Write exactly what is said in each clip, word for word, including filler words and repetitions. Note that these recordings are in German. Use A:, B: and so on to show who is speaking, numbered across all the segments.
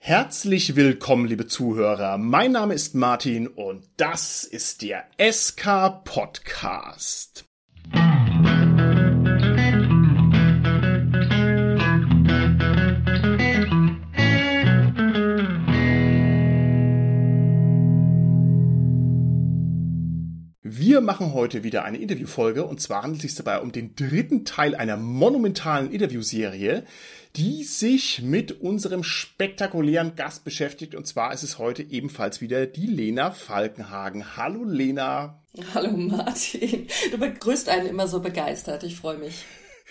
A: Herzlich willkommen, liebe Zuhörer. Mein Name ist Martin und das ist der S K Podcast. Wir machen heute wieder eine Interviewfolge und zwar handelt es sich dabei um den dritten Teil einer monumentalen Interviewserie, die sich mit unserem spektakulären Gast beschäftigt. Und zwar ist es heute ebenfalls wieder die Lena Falkenhagen. Hallo Lena.
B: Hallo Martin. Du begrüßt einen immer so begeistert. Ich freue mich.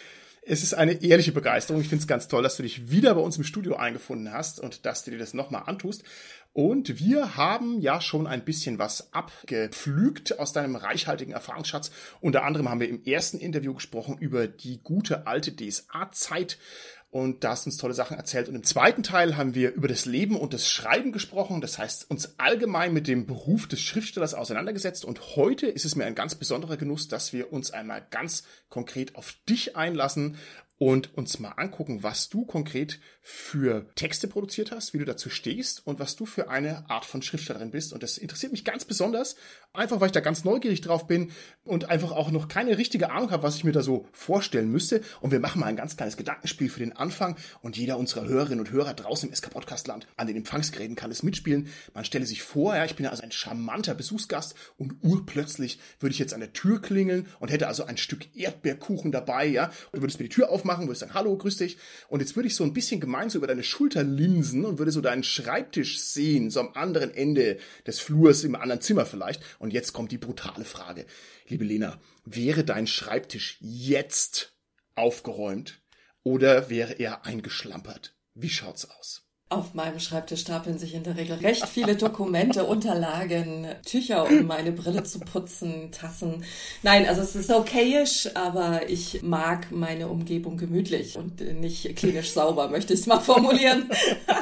A: Es ist eine ehrliche Begeisterung. Ich finde es ganz toll, dass du dich wieder bei uns im Studio eingefunden hast und dass du dir das nochmal antust. Und wir haben ja schon ein bisschen was abgepflügt aus deinem reichhaltigen Erfahrungsschatz. Unter anderem haben wir im ersten Interview gesprochen über die gute alte D S A-Zeit. Und da hast du uns tolle Sachen erzählt. Und im zweiten Teil haben wir über das Leben und das Schreiben gesprochen. Das heißt, uns allgemein mit dem Beruf des Schriftstellers auseinandergesetzt. Und heute ist es mir ein ganz besonderer Genuss, dass wir uns einmal ganz konkret auf dich einlassen und uns mal angucken, was du konkret für Texte produziert hast, wie du dazu stehst und was du für eine Art von Schriftstellerin bist. Und das interessiert mich ganz besonders, einfach weil ich da ganz neugierig drauf bin und einfach auch noch keine richtige Ahnung habe, was ich mir da so vorstellen müsste. Und wir machen mal ein ganz kleines Gedankenspiel für den Anfang und jeder unserer Hörerinnen und Hörer draußen im S K-Podcast-Land an den Empfangsgeräten kann es mitspielen. Man stelle sich vor, ja, ich bin ja also ein charmanter Besuchsgast und urplötzlich würde ich jetzt an der Tür klingeln und hätte also ein Stück Erdbeerkuchen dabei, ja, und du würdest mir die Tür aufmachen, machen, würde ich sagen, hallo, grüß dich. Und jetzt würde ich so ein bisschen gemein so über deine Schulter linsen und würde so deinen Schreibtisch sehen, so am anderen Ende des Flurs, im anderen Zimmer vielleicht. Und jetzt kommt die brutale Frage. Liebe Lena, wäre dein Schreibtisch jetzt aufgeräumt oder wäre er eingeschlampert? Wie schaut's aus?
B: Auf meinem Schreibtisch stapeln sich in der Regel recht viele Dokumente, Unterlagen, Tücher, um meine Brille zu putzen, Tassen. Nein, also es ist okayisch, aber ich mag meine Umgebung gemütlich und nicht klinisch sauber, möchte ich es mal formulieren.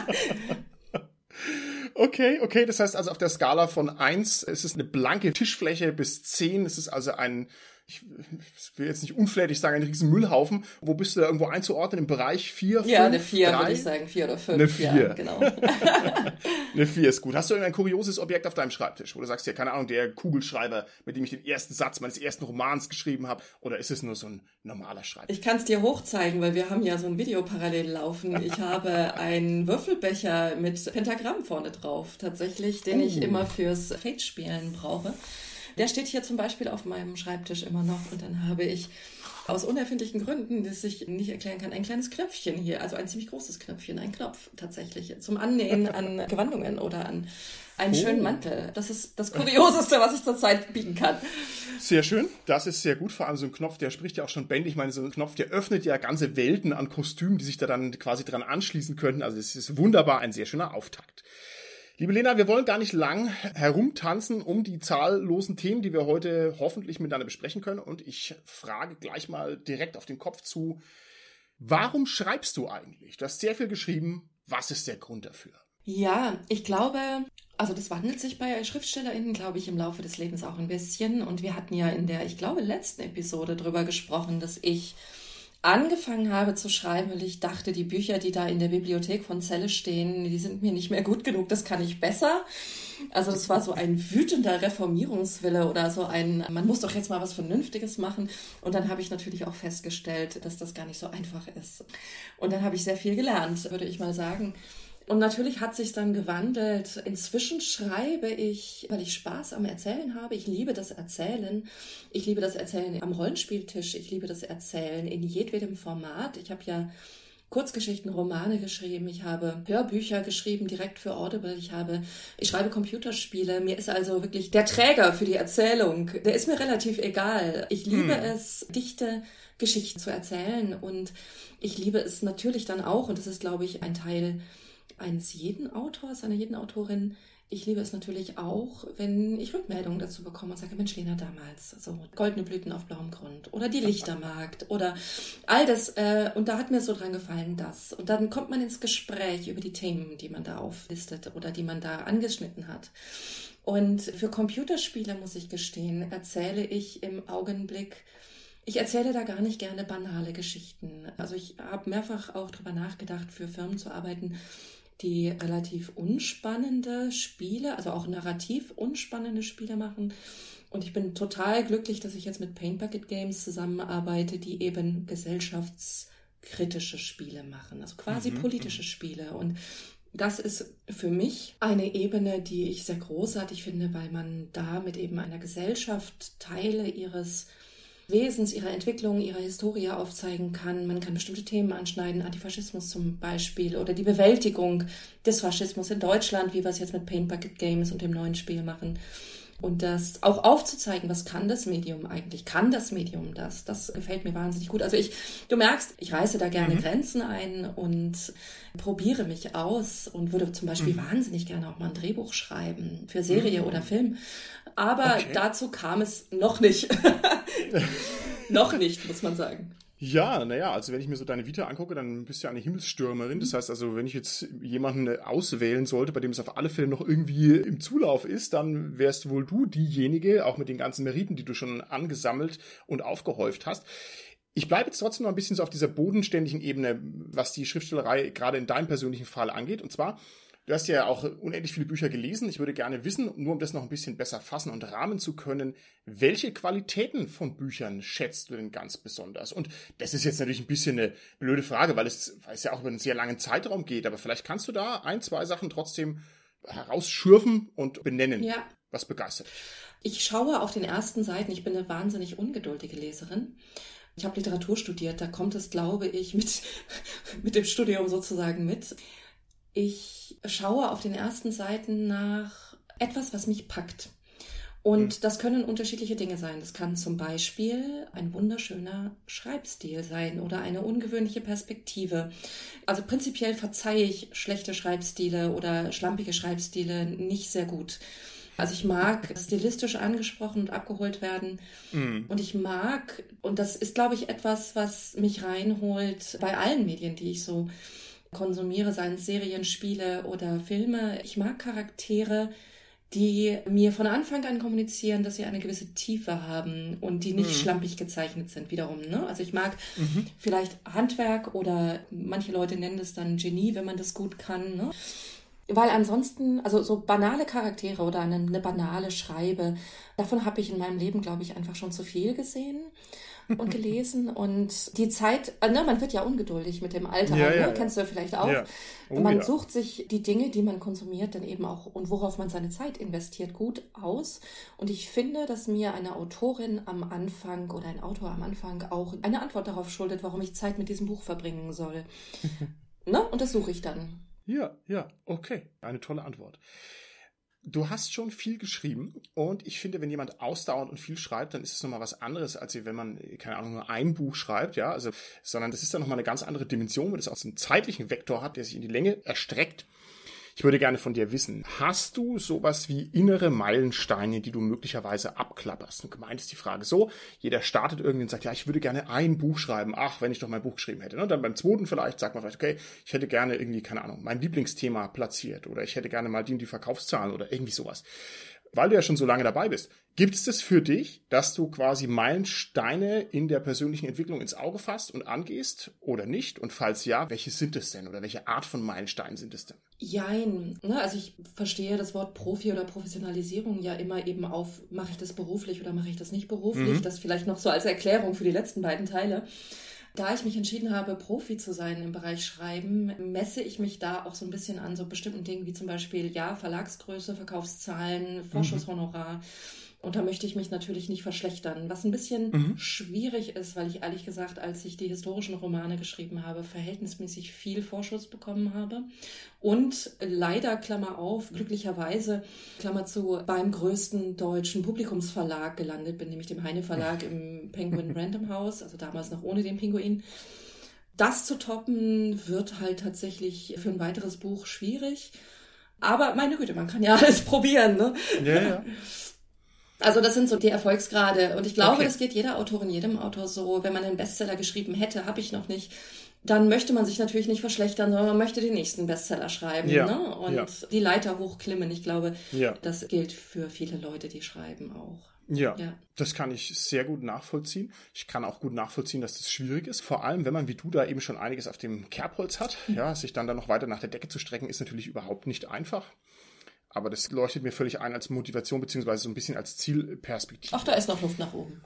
A: Okay, okay, das heißt also auf der Skala von eins ist es eine blanke Tischfläche bis zehn, ist es also ein, ich will jetzt nicht unflätig sagen, ein riesen Müllhaufen. Wo bist du da irgendwo einzuordnen? Im Bereich vier, fünf,
B: Ja, eine vier
A: drei?
B: Würde ich sagen, vier oder fünf.
A: Eine vier.
B: Ja, genau.
A: Eine vier ist gut. Hast du irgendein kurioses Objekt auf deinem Schreibtisch, wo du sagst, ja, keine Ahnung, der Kugelschreiber, mit dem ich den ersten Satz meines ersten Romans geschrieben habe, oder ist es nur so ein normaler Schreibtisch?
B: Ich kann es dir hochzeigen, weil wir haben ja so ein Video parallel laufen. Ich habe einen Würfelbecher mit Pentagramm vorne drauf, tatsächlich, den oh. ich immer fürs Fate-Spielen brauche. Der steht hier zum Beispiel auf meinem Schreibtisch immer noch und dann habe ich aus unerfindlichen Gründen, das ich nicht erklären kann, ein kleines Knöpfchen hier, also ein ziemlich großes Knöpfchen, ein Knopf tatsächlich, zum Annähen an Gewandungen oder an einen oh. schönen Mantel. Das ist das Kurioseste, was ich zurzeit bieten kann.
A: Sehr schön, das ist sehr gut, vor allem so ein Knopf, der spricht ja auch schon Bände. Ich meine, so ein Knopf, der öffnet ja ganze Welten an Kostümen, die sich da dann quasi dran anschließen könnten. Also es ist wunderbar, ein sehr schöner Auftakt. Liebe Lena, wir wollen gar nicht lang herumtanzen um die zahllosen Themen, die wir heute hoffentlich miteinander besprechen können. Und ich frage gleich mal direkt auf den Kopf zu, warum schreibst du eigentlich? Du hast sehr viel geschrieben. Was ist der Grund dafür?
B: Ja, ich glaube, also das wandelt sich bei SchriftstellerInnen, glaube ich, im Laufe des Lebens auch ein bisschen. Und wir hatten ja in der, ich glaube, letzten Episode drüber gesprochen, dass ich angefangen habe zu schreiben, weil ich dachte, die Bücher, die da in der Bibliothek von Celle stehen, die sind mir nicht mehr gut genug, das kann ich besser. Also das war so ein wütender Reformierungswille oder so ein, man muss doch jetzt mal was Vernünftiges machen. Und dann habe ich natürlich auch festgestellt, dass das gar nicht so einfach ist. Und dann habe ich sehr viel gelernt, würde ich mal sagen. Und natürlich hat sich dann gewandelt. Inzwischen schreibe ich, weil ich Spaß am Erzählen habe. Ich liebe das Erzählen. Ich liebe das Erzählen am Rollenspieltisch. Ich liebe das Erzählen in jedwedem Format. Ich habe ja Kurzgeschichten, Romane geschrieben. Ich habe Hörbücher geschrieben, direkt für Audible. Ich habe, ich schreibe Computerspiele. Mir ist also wirklich der Träger für die Erzählung, der ist mir relativ egal. Ich liebe hm. es, dichte Geschichten zu erzählen. Und ich liebe es natürlich dann auch, und das ist, glaube ich, ein Teil eines jeden Autors, einer jeden Autorin. Ich liebe es natürlich auch, wenn ich Rückmeldungen dazu bekomme und sage, Mensch, Lena, damals, so goldene Blüten auf blauem Grund oder die Lichtermarkt oder all das. Äh, und da hat mir so dran gefallen, das. Und dann kommt man ins Gespräch über die Themen, die man da auflistet oder die man da angeschnitten hat. Und für Computerspiele, muss ich gestehen, erzähle ich im Augenblick, ich erzähle da gar nicht gerne banale Geschichten. Also ich habe mehrfach auch drüber nachgedacht, für Firmen zu arbeiten, die relativ unspannende Spiele, also auch narrativ unspannende Spiele machen. Und ich bin total glücklich, dass ich jetzt mit Paint Bucket Games zusammenarbeite, die eben gesellschaftskritische Spiele machen, also quasi mhm, politische Spiele. Und das ist für mich eine Ebene, die ich sehr großartig finde, weil man da mit eben einer Gesellschaft Teile ihres Wesens, ihrer Entwicklung, ihrer Historie aufzeigen kann. Man kann bestimmte Themen anschneiden, Antifaschismus zum Beispiel oder die Bewältigung des Faschismus in Deutschland, wie wir es jetzt mit Paint Bucket Games und dem neuen Spiel machen. Und das auch aufzuzeigen, was kann das Medium eigentlich? Kann das Medium das? Das gefällt mir wahnsinnig gut. Also ich, du merkst, ich reiße da gerne mhm. Grenzen ein und probiere mich aus und würde zum Beispiel mhm. wahnsinnig gerne auch mal ein Drehbuch schreiben für Serie mhm. oder Film. Aber okay. dazu kam es noch nicht. Noch nicht, muss man sagen.
A: Ja, naja, also wenn ich mir so deine Vita angucke, dann bist du ja eine Himmelsstürmerin. Das heißt also, wenn ich jetzt jemanden auswählen sollte, bei dem es auf alle Fälle noch irgendwie im Zulauf ist, dann wärst wohl du diejenige, auch mit den ganzen Meriten, die du schon angesammelt und aufgehäuft hast. Ich bleibe jetzt trotzdem noch ein bisschen so auf dieser bodenständigen Ebene, was die Schriftstellerei gerade in deinem persönlichen Fall angeht. Und zwar, du hast ja auch unendlich viele Bücher gelesen. Ich würde gerne wissen, nur um das noch ein bisschen besser fassen und rahmen zu können, welche Qualitäten von Büchern schätzt du denn ganz besonders? Und das ist jetzt natürlich ein bisschen eine blöde Frage, weil es, weil es ja auch über einen sehr langen Zeitraum geht. Aber vielleicht kannst du da ein, zwei Sachen trotzdem herausschürfen und benennen.
B: Ja.
A: Was begeistert?
B: Ich schaue auf den ersten Seiten. Ich bin eine wahnsinnig ungeduldige Leserin. Ich habe Literatur studiert. Da kommt es, glaube ich, mit, mit dem Studium sozusagen mit. Ich schaue auf den ersten Seiten nach etwas, was mich packt. Und hm. das können unterschiedliche Dinge sein. Das kann zum Beispiel ein wunderschöner Schreibstil sein oder eine ungewöhnliche Perspektive. Also prinzipiell verzeihe ich schlechte Schreibstile oder schlampige Schreibstile nicht sehr gut. Also ich mag stilistisch angesprochen und abgeholt werden. Mm. Und ich mag, und das ist, glaube ich, etwas, was mich reinholt bei allen Medien, die ich so konsumiere, seien es Serien, Spiele oder Filme. Ich mag Charaktere, die mir von Anfang an kommunizieren, dass sie eine gewisse Tiefe haben und die nicht mm. schlampig gezeichnet sind wiederum. Ne? Also ich mag mm-hmm. vielleicht Handwerk oder manche Leute nennen es dann Genie, wenn man das gut kann, ne? Weil ansonsten, also so banale Charaktere oder eine, eine banale Schreibe, davon habe ich in meinem Leben, glaube ich, einfach schon zu viel gesehen und gelesen. Und die Zeit, ne, man wird ja ungeduldig mit dem Alter, ja, ja, ne? Kennst du ja vielleicht auch. Ja. Oh, man ja. sucht sich die Dinge, die man konsumiert, dann eben auch und worauf man seine Zeit investiert, gut aus. Und ich finde, dass mir eine Autorin am Anfang oder ein Autor am Anfang auch eine Antwort darauf schuldet, warum ich Zeit mit diesem Buch verbringen soll. Ne? Und das suche ich dann.
A: Ja, ja, okay. Eine tolle Antwort. Du hast schon viel geschrieben und ich finde, wenn jemand ausdauernd und viel schreibt, dann ist es nochmal was anderes, als wenn man, keine Ahnung, nur ein Buch schreibt, ja, also, sondern das ist dann nochmal eine ganz andere Dimension, weil es auch so einen zeitlichen Vektor hat, der sich in die Länge erstreckt. Ich würde gerne von dir wissen, hast du sowas wie innere Meilensteine, die du möglicherweise abklapperst? Und gemeint ist die Frage so, jeder startet irgendwie und sagt, ja, ich würde gerne ein Buch schreiben. Ach, wenn ich doch mein Buch geschrieben hätte. Und dann beim zweiten vielleicht sagt man vielleicht, okay, ich hätte gerne irgendwie, keine Ahnung, mein Lieblingsthema platziert oder ich hätte gerne mal die und die Verkaufszahlen oder irgendwie sowas. Weil du ja schon so lange dabei bist, gibt es das für dich, dass du quasi Meilensteine in der persönlichen Entwicklung ins Auge fasst und angehst oder nicht? Und falls ja, welche sind es denn oder welche Art von Meilensteinen sind es denn?
B: Jein. Ne, also ich verstehe das Wort Profi oder Professionalisierung ja immer eben auf, mache ich das beruflich oder mache ich das nicht beruflich? Mhm. Das vielleicht noch so als Erklärung für die letzten beiden Teile. Da ich mich entschieden habe, Profi zu sein im Bereich Schreiben, messe ich mich da auch so ein bisschen an so bestimmten Dingen wie zum Beispiel, ja, Verlagsgröße, Verkaufszahlen, Vorschusshonorar. Mhm. Und da möchte ich mich natürlich nicht verschlechtern, was ein bisschen mhm. schwierig ist, weil ich ehrlich gesagt, als ich die historischen Romane geschrieben habe, verhältnismäßig viel Vorschuss bekommen habe. Und leider, Klammer auf, glücklicherweise, Klammer zu, beim größten deutschen Publikumsverlag gelandet bin, nämlich dem Heine Verlag im Penguin Random House, also damals noch ohne den Pinguin. Das zu toppen wird halt tatsächlich für ein weiteres Buch schwierig. Aber meine Güte, man kann ja alles probieren, ne?
A: Ja, ja.
B: Also das sind so die Erfolgsgrade und ich glaube, okay. das geht jeder Autorin, jedem Autor so. Wenn man einen Bestseller geschrieben hätte, habe ich noch nicht, dann möchte man sich natürlich nicht verschlechtern, sondern man möchte den nächsten Bestseller schreiben, ja. ne? Und ja. die Leiter hochklimmen. Ich glaube, ja. das gilt für viele Leute, die schreiben auch.
A: Ja,
B: Ja.
A: das kann ich sehr gut nachvollziehen. Ich kann auch gut nachvollziehen, dass das schwierig ist. Vor allem, wenn man wie du da eben schon einiges auf dem Kerbholz hat. Ja, sich dann da noch weiter nach der Decke zu strecken, ist natürlich überhaupt nicht einfach. Aber das leuchtet mir völlig ein als Motivation, beziehungsweise so ein bisschen als Zielperspektive.
B: Ach, da ist noch Luft nach oben.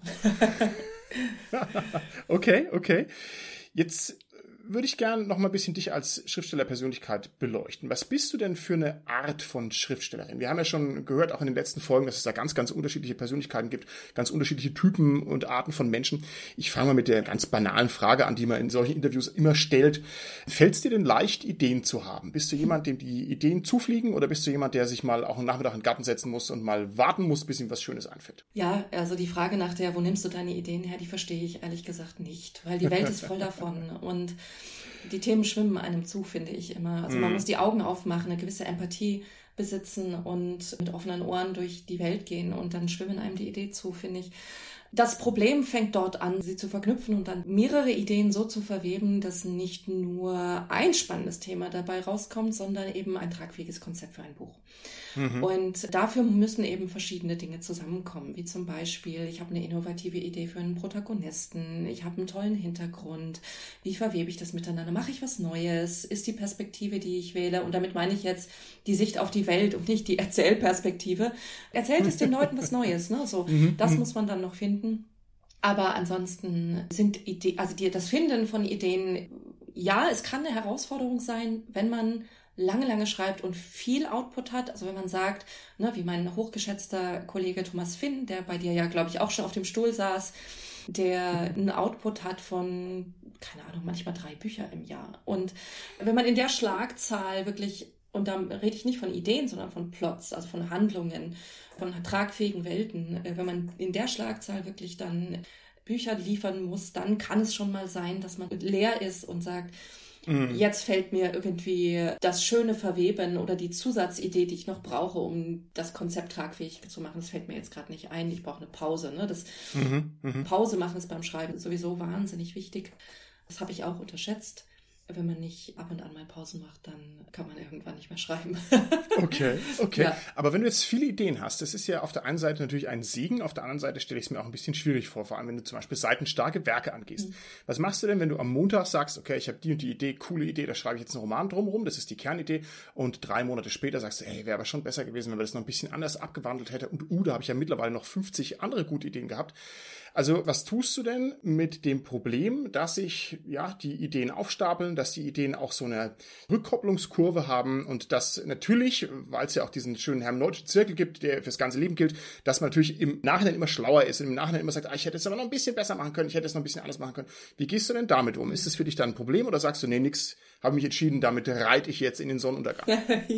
A: Okay, okay. Jetzt würde ich gerne noch mal ein bisschen dich als Schriftstellerpersönlichkeit beleuchten. Was bist du denn für eine Art von Schriftstellerin? Wir haben ja schon gehört, auch in den letzten Folgen, dass es da ganz, ganz unterschiedliche Persönlichkeiten gibt, ganz unterschiedliche Typen und Arten von Menschen. Ich fange mal mit der ganz banalen Frage an, die man in solchen Interviews immer stellt. Fällt es dir denn leicht, Ideen zu haben? Bist du jemand, dem die Ideen zufliegen, oder bist du jemand, der sich mal auch einen Nachmittag in den Garten setzen muss und mal warten muss, bis ihm was Schönes einfällt?
B: Ja, also die Frage nach der, wo nimmst du deine Ideen her, die verstehe ich ehrlich gesagt nicht, weil die Welt ist voll davon und die Themen schwimmen einem zu, finde ich immer. Also man
A: Mm.
B: muss die Augen aufmachen, eine gewisse Empathie besitzen und mit offenen Ohren durch die Welt gehen und dann schwimmen einem die Ideen zu, finde ich. Das Problem fängt dort an, sie zu verknüpfen und dann mehrere Ideen so zu verweben, dass nicht nur ein spannendes Thema dabei rauskommt, sondern eben ein tragfähiges Konzept für ein Buch.
A: Mhm.
B: Und dafür müssen eben verschiedene Dinge zusammenkommen, wie zum Beispiel, ich habe eine innovative Idee für einen Protagonisten, ich habe einen tollen Hintergrund, wie verwebe ich das miteinander, mache ich was Neues, ist die Perspektive, die ich wähle, und damit meine ich jetzt die Sicht auf die Welt und nicht die Erzählperspektive, erzählt es den Leuten was Neues, ne? So,
A: Mhm.
B: das muss man dann noch finden. Aber ansonsten sind Ideen, also die, das Finden von Ideen, ja, es kann eine Herausforderung sein, wenn man lange, lange schreibt und viel Output hat. Also wenn man sagt, ne, wie mein hochgeschätzter Kollege Thomas Finn, der bei dir ja, glaube ich, auch schon auf dem Stuhl saß, der einen Output hat von, keine Ahnung, manchmal drei Bücher im Jahr. Und wenn man in der Schlagzahl wirklich, und da rede ich nicht von Ideen, sondern von Plots, also von Handlungen, von tragfähigen Welten, wenn man in der Schlagzahl wirklich dann Bücher liefern muss, dann kann es schon mal sein, dass man leer ist und sagt,
A: Mhm.
B: jetzt fällt mir irgendwie das schöne Verweben oder die Zusatzidee, die ich noch brauche, um das Konzept tragfähig zu machen. Das fällt mir jetzt gerade nicht ein. Ich brauche eine Pause. Ne? Das
A: Mhm. Mhm.
B: Pause machen ist beim Schreiben sowieso wahnsinnig wichtig. Das habe ich auch unterschätzt. Wenn man nicht ab und an mal Pausen macht, dann kann man irgendwann nicht mehr schreiben.
A: Okay, okay.
B: Ja.
A: Aber wenn du jetzt viele Ideen hast, das ist ja auf der einen Seite natürlich ein Segen, auf der anderen Seite stelle ich es mir auch ein bisschen schwierig vor, vor allem wenn du zum Beispiel seitenstarke Werke angehst.
B: Mhm.
A: Was machst du denn, wenn du am Montag sagst, okay, ich habe die und die Idee, coole Idee, da schreibe ich jetzt einen Roman drumherum, das ist die Kernidee, und drei Monate später sagst du, hey, wäre aber schon besser gewesen, wenn wir das noch ein bisschen anders abgewandelt hätten, und uh, da habe ich ja mittlerweile noch fünfzig andere gute Ideen gehabt. Also was tust du denn mit dem Problem, dass sich ja die Ideen aufstapeln, dass die Ideen auch so eine Rückkopplungskurve haben und dass natürlich, weil es ja auch diesen schönen hermeneutischen Zirkel gibt, der fürs ganze Leben gilt, dass man natürlich im Nachhinein immer schlauer ist und im Nachhinein immer sagt, ah, ich hätte es aber noch ein bisschen besser machen können, ich hätte es noch ein bisschen anders machen können. Wie gehst du denn damit um? Ist es für dich dann ein Problem oder sagst du, nee, nix, habe mich entschieden, damit reite ich jetzt in den Sonnenuntergang?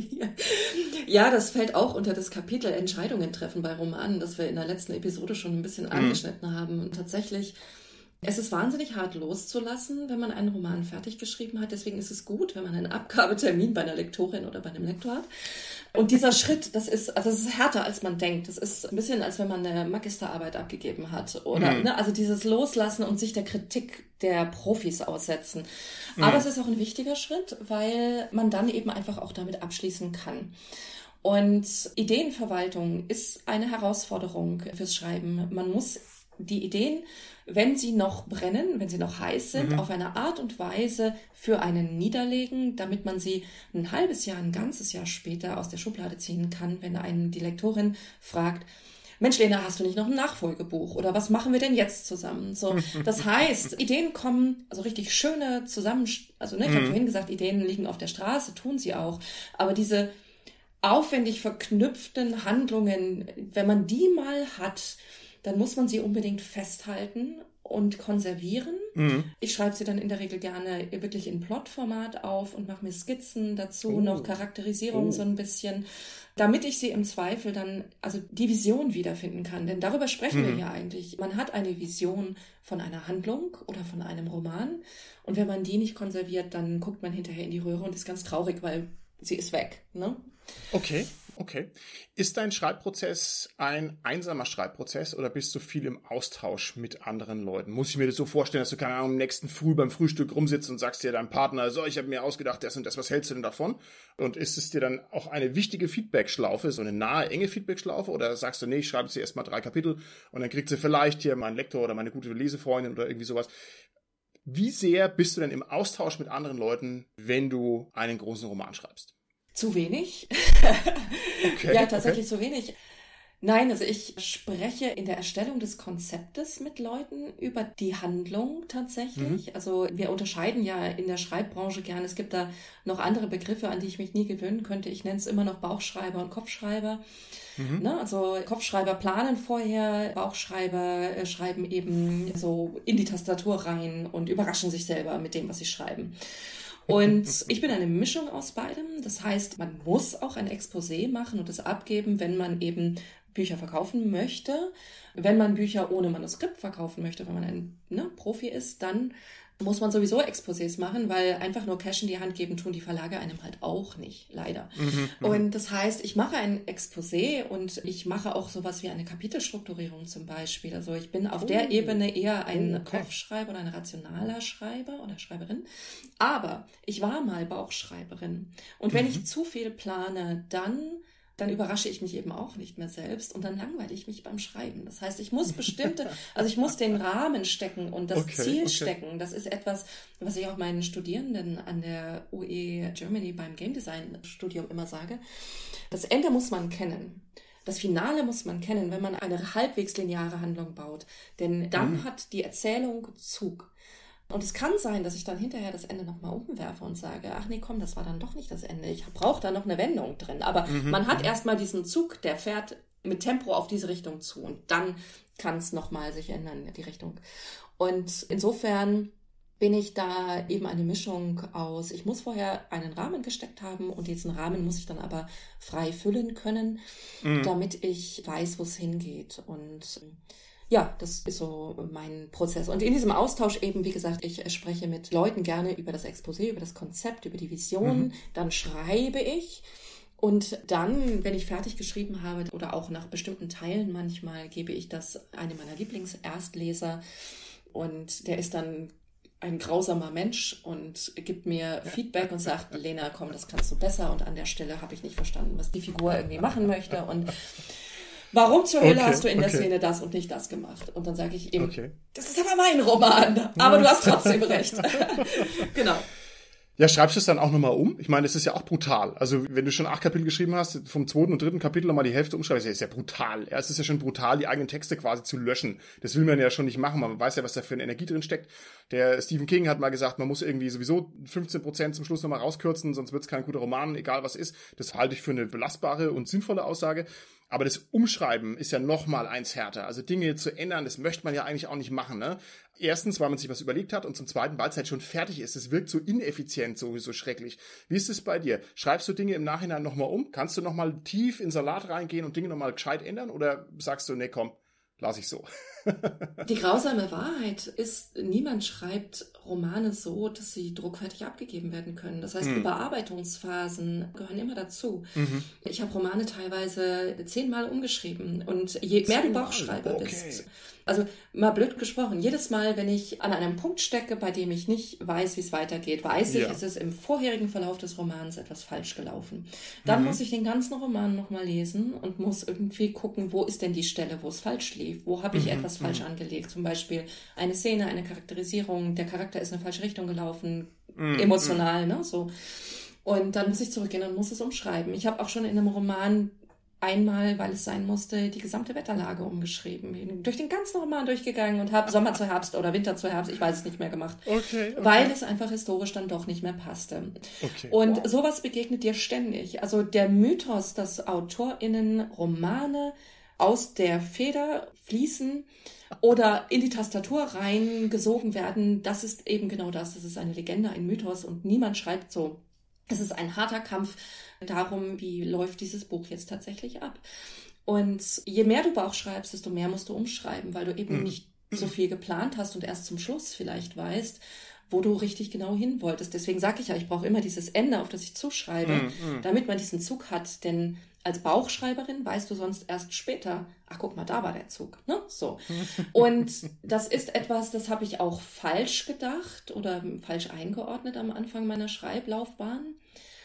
B: Ja, das fällt auch unter das Kapitel Entscheidungen treffen bei Romanen, das wir in der letzten Episode schon ein bisschen angeschnitten haben. Und tatsächlich, es ist wahnsinnig hart loszulassen, wenn man einen Roman fertig geschrieben hat. Deswegen ist es gut, wenn man einen Abgabetermin bei einer Lektorin oder bei einem Lektor hat. Und dieser Schritt, das ist, also es ist härter, als man denkt. Das ist ein bisschen, als wenn man eine Magisterarbeit abgegeben hat. Oder,
A: Mhm.
B: ne, also dieses Loslassen und sich der Kritik der Profis aussetzen. Aber
A: Mhm.
B: es ist auch ein wichtiger Schritt, weil man dann eben einfach auch damit abschließen kann. Und Ideenverwaltung ist eine Herausforderung fürs Schreiben. Man muss die Ideen, wenn sie noch brennen, wenn sie noch heiß sind,
A: Mhm.
B: auf eine Art und Weise für einen niederlegen, damit man sie ein halbes Jahr, ein ganzes Jahr später aus der Schublade ziehen kann, wenn einen die Lektorin fragt, Mensch, Lena, hast du nicht noch ein Nachfolgebuch? Oder was machen wir denn jetzt zusammen? So, das heißt, Ideen kommen, also richtig schöne zusammen, also ne, ich habe
A: Mhm.
B: vorhin gesagt, Ideen liegen auf der Straße, tun sie auch, aber diese aufwendig verknüpften Handlungen, wenn man die mal hat, dann muss man sie unbedingt festhalten und konservieren.
A: Mhm.
B: Ich schreibe sie dann in der Regel gerne wirklich in Plotformat auf und mache mir Skizzen dazu,
A: Oh.
B: noch Charakterisierung
A: Oh.
B: so ein bisschen, damit ich sie im Zweifel dann, also die Vision wiederfinden kann. Denn darüber sprechen
A: Mhm.
B: wir ja eigentlich. Man hat eine Vision von einer Handlung oder von einem Roman, und wenn man die nicht konserviert, dann guckt man hinterher in die Röhre und ist ganz traurig, weil sie ist weg, ne?
A: Okay, Okay. Ist dein Schreibprozess ein einsamer Schreibprozess oder bist du viel im Austausch mit anderen Leuten? Muss ich mir das so vorstellen, dass du, keine Ahnung, am nächsten Früh beim Frühstück rumsitzt und sagst dir deinem Partner, so, ich habe mir ausgedacht, das und das, was hältst du denn davon? Und ist es dir dann auch eine wichtige Feedbackschlaufe, so eine nahe, enge Feedbackschlaufe? Oder sagst du, nee, ich schreibe jetzt erst mal drei Kapitel und dann kriegt sie vielleicht hier mein Lektor oder meine gute Lesefreundin oder irgendwie sowas. Wie sehr bist du denn im Austausch mit anderen Leuten, wenn du einen großen Roman schreibst?
B: Zu wenig.
A: Okay,
B: ja, tatsächlich
A: okay.
B: zu wenig. Nein, also ich spreche in der Erstellung des Konzeptes mit Leuten über die Handlung tatsächlich.
A: Mhm.
B: Also wir unterscheiden ja in der Schreibbranche gerne. Es gibt da noch andere Begriffe, an die ich mich nie gewöhnen könnte. Ich nenne es immer noch Bauchschreiber und Kopfschreiber.
A: Mhm.
B: Ne? Also Kopfschreiber planen vorher, Bauchschreiber äh, schreiben eben so in die Tastatur rein und überraschen sich selber mit dem, was sie schreiben. Und ich bin eine Mischung aus beidem. Das heißt, man muss auch ein Exposé machen und es abgeben, wenn man eben Bücher verkaufen möchte. Wenn man Bücher ohne Manuskript verkaufen möchte, wenn man ein ne, Profi ist, dann muss man sowieso Exposés machen, weil einfach nur Cash in die Hand geben tun die Verlage einem halt auch nicht, leider.
A: Mhm.
B: Und das heißt, ich mache ein Exposé und ich mache auch sowas wie eine Kapitelstrukturierung zum Beispiel. Also ich bin auf
A: Oh.
B: der Ebene eher ein
A: Okay.
B: Kopfschreiber oder ein rationaler Schreiber oder Schreiberin. Aber ich war mal Bauchschreiberin. Und wenn
A: Mhm.
B: ich zu viel plane, dann dann überrasche ich mich eben auch nicht mehr selbst und dann langweile ich mich beim Schreiben. Das heißt, ich muss bestimmte, also ich muss den Rahmen stecken und das
A: Okay,
B: Ziel
A: okay.
B: stecken. Das ist etwas, was ich auch meinen Studierenden an der U E Germany beim Game Design Studium immer sage. Das Ende muss man kennen. Das Finale muss man kennen, wenn man eine halbwegs lineare Handlung baut. Denn dann
A: Mhm.
B: hat die Erzählung Zug. Und es kann sein, dass ich dann hinterher das Ende nochmal umwerfe und sage, ach nee, komm, das war dann doch nicht das Ende. Ich brauche da noch eine Wendung drin. Aber
A: Mhm.
B: man hat
A: Mhm.
B: erstmal diesen Zug, der fährt mit Tempo auf diese Richtung zu. Und dann kann es nochmal sich ändern, die Richtung. Und insofern bin ich da eben eine Mischung aus, ich muss vorher einen Rahmen gesteckt haben und diesen Rahmen muss ich dann aber frei füllen können,
A: Mhm.
B: damit ich weiß, wo es hingeht. Und ja, das ist so mein Prozess. Und in diesem Austausch eben, wie gesagt, ich spreche mit Leuten gerne über das Exposé, über das Konzept, über die Vision.
A: Mhm.
B: Dann schreibe ich. Und dann, wenn ich fertig geschrieben habe oder auch nach bestimmten Teilen manchmal, gebe ich das einem meiner Lieblingserstleser. Und der ist dann ein grausamer Mensch und gibt mir Feedback und sagt, Lena, komm, das kannst du besser. Und an der Stelle habe ich nicht verstanden, was die Figur irgendwie machen möchte. Und warum zur Hölle
A: Okay,
B: hast du in der
A: okay.
B: Szene das und nicht das gemacht? Und dann sage ich ihm,
A: Okay.
B: das ist aber mein Roman, aber du hast trotzdem recht. Genau.
A: Ja, schreibst du es dann auch nochmal um? Ich meine, das ist ja auch brutal. Also, wenn du schon acht Kapitel geschrieben hast, vom zweiten und dritten Kapitel nochmal die Hälfte umschreibst, ist ja brutal. Ja, es ist ja schon brutal, die eigenen Texte quasi zu löschen. Das will man ja schon nicht machen, man weiß ja, was da für eine Energie drin steckt. Der Stephen King hat mal gesagt, man muss irgendwie sowieso fünfzehn Prozent zum Schluss nochmal rauskürzen, sonst wird es kein guter Roman, egal was ist. Das halte ich für eine belastbare und sinnvolle Aussage. Aber das Umschreiben ist ja nochmal eins härter. Also Dinge zu ändern, das möchte man ja eigentlich auch nicht machen, ne? Erstens, weil man sich was überlegt hat und zum Zweiten, weil es halt schon fertig ist. Es wirkt so ineffizient, so, so schrecklich. Wie ist es bei dir? Schreibst du Dinge im Nachhinein nochmal um? Kannst du nochmal tief in Salat reingehen und Dinge nochmal gescheit ändern? Oder sagst du, nee, komm, lass ich so?
B: Die grausame Wahrheit ist, niemand schreibt Romane so, dass sie druckfertig abgegeben werden können. Das heißt,
A: Hm.
B: Überarbeitungsphasen gehören immer dazu.
A: Mhm.
B: Ich habe Romane teilweise zehnmal umgeschrieben und je mehr du
A: Zehnmal?
B: Bauchschreiber
A: Okay.
B: bist, also mal blöd gesprochen, jedes Mal, wenn ich an einem Punkt stecke, bei dem ich nicht weiß, wie es weitergeht, weiß ich,
A: Ja.
B: es ist im vorherigen Verlauf des Romans etwas falsch gelaufen. Dann
A: Mhm.
B: muss ich den ganzen Roman nochmal lesen und muss irgendwie gucken, wo ist denn die Stelle, wo es falsch lief, wo habe ich
A: Mhm.
B: etwas falsch angelegt, zum Beispiel eine Szene, eine Charakterisierung, der Charakter ist in eine falsche Richtung gelaufen,
A: Mhm.
B: emotional, ne, so. Und dann muss ich zurückgehen und muss es umschreiben. Ich habe auch schon in einem Roman einmal, weil es sein musste, die gesamte Wetterlage umgeschrieben. Bin durch den ganzen Roman durchgegangen und habe Sommer zu Herbst oder Winter zu Herbst, ich weiß es nicht mehr gemacht,
A: Okay, okay.
B: weil es einfach historisch dann doch nicht mehr passte.
A: Okay.
B: Und
A: Wow.
B: sowas begegnet dir ständig. Also der Mythos, dass AutorInnen Romane aus der Feder fließen oder in die Tastatur reingesogen werden, das ist eben genau das. Das ist eine Legende, ein Mythos und niemand schreibt so. Es ist ein harter Kampf darum, wie läuft dieses Buch jetzt tatsächlich ab. Und je mehr du Bauch schreibst, desto mehr musst du umschreiben, weil du eben
A: Mhm.
B: nicht so viel geplant hast und erst zum Schluss vielleicht weißt, wo du richtig genau hin wolltest. Deswegen sage ich ja, ich brauche immer dieses Ende, auf das ich zuschreibe,
A: Mhm.
B: damit man diesen Zug hat. Denn als Bauchschreiberin weißt du sonst erst später, ach guck mal, da war der Zug, ne? So. Und das ist etwas, das habe ich auch falsch gedacht oder falsch eingeordnet am Anfang meiner Schreiblaufbahn.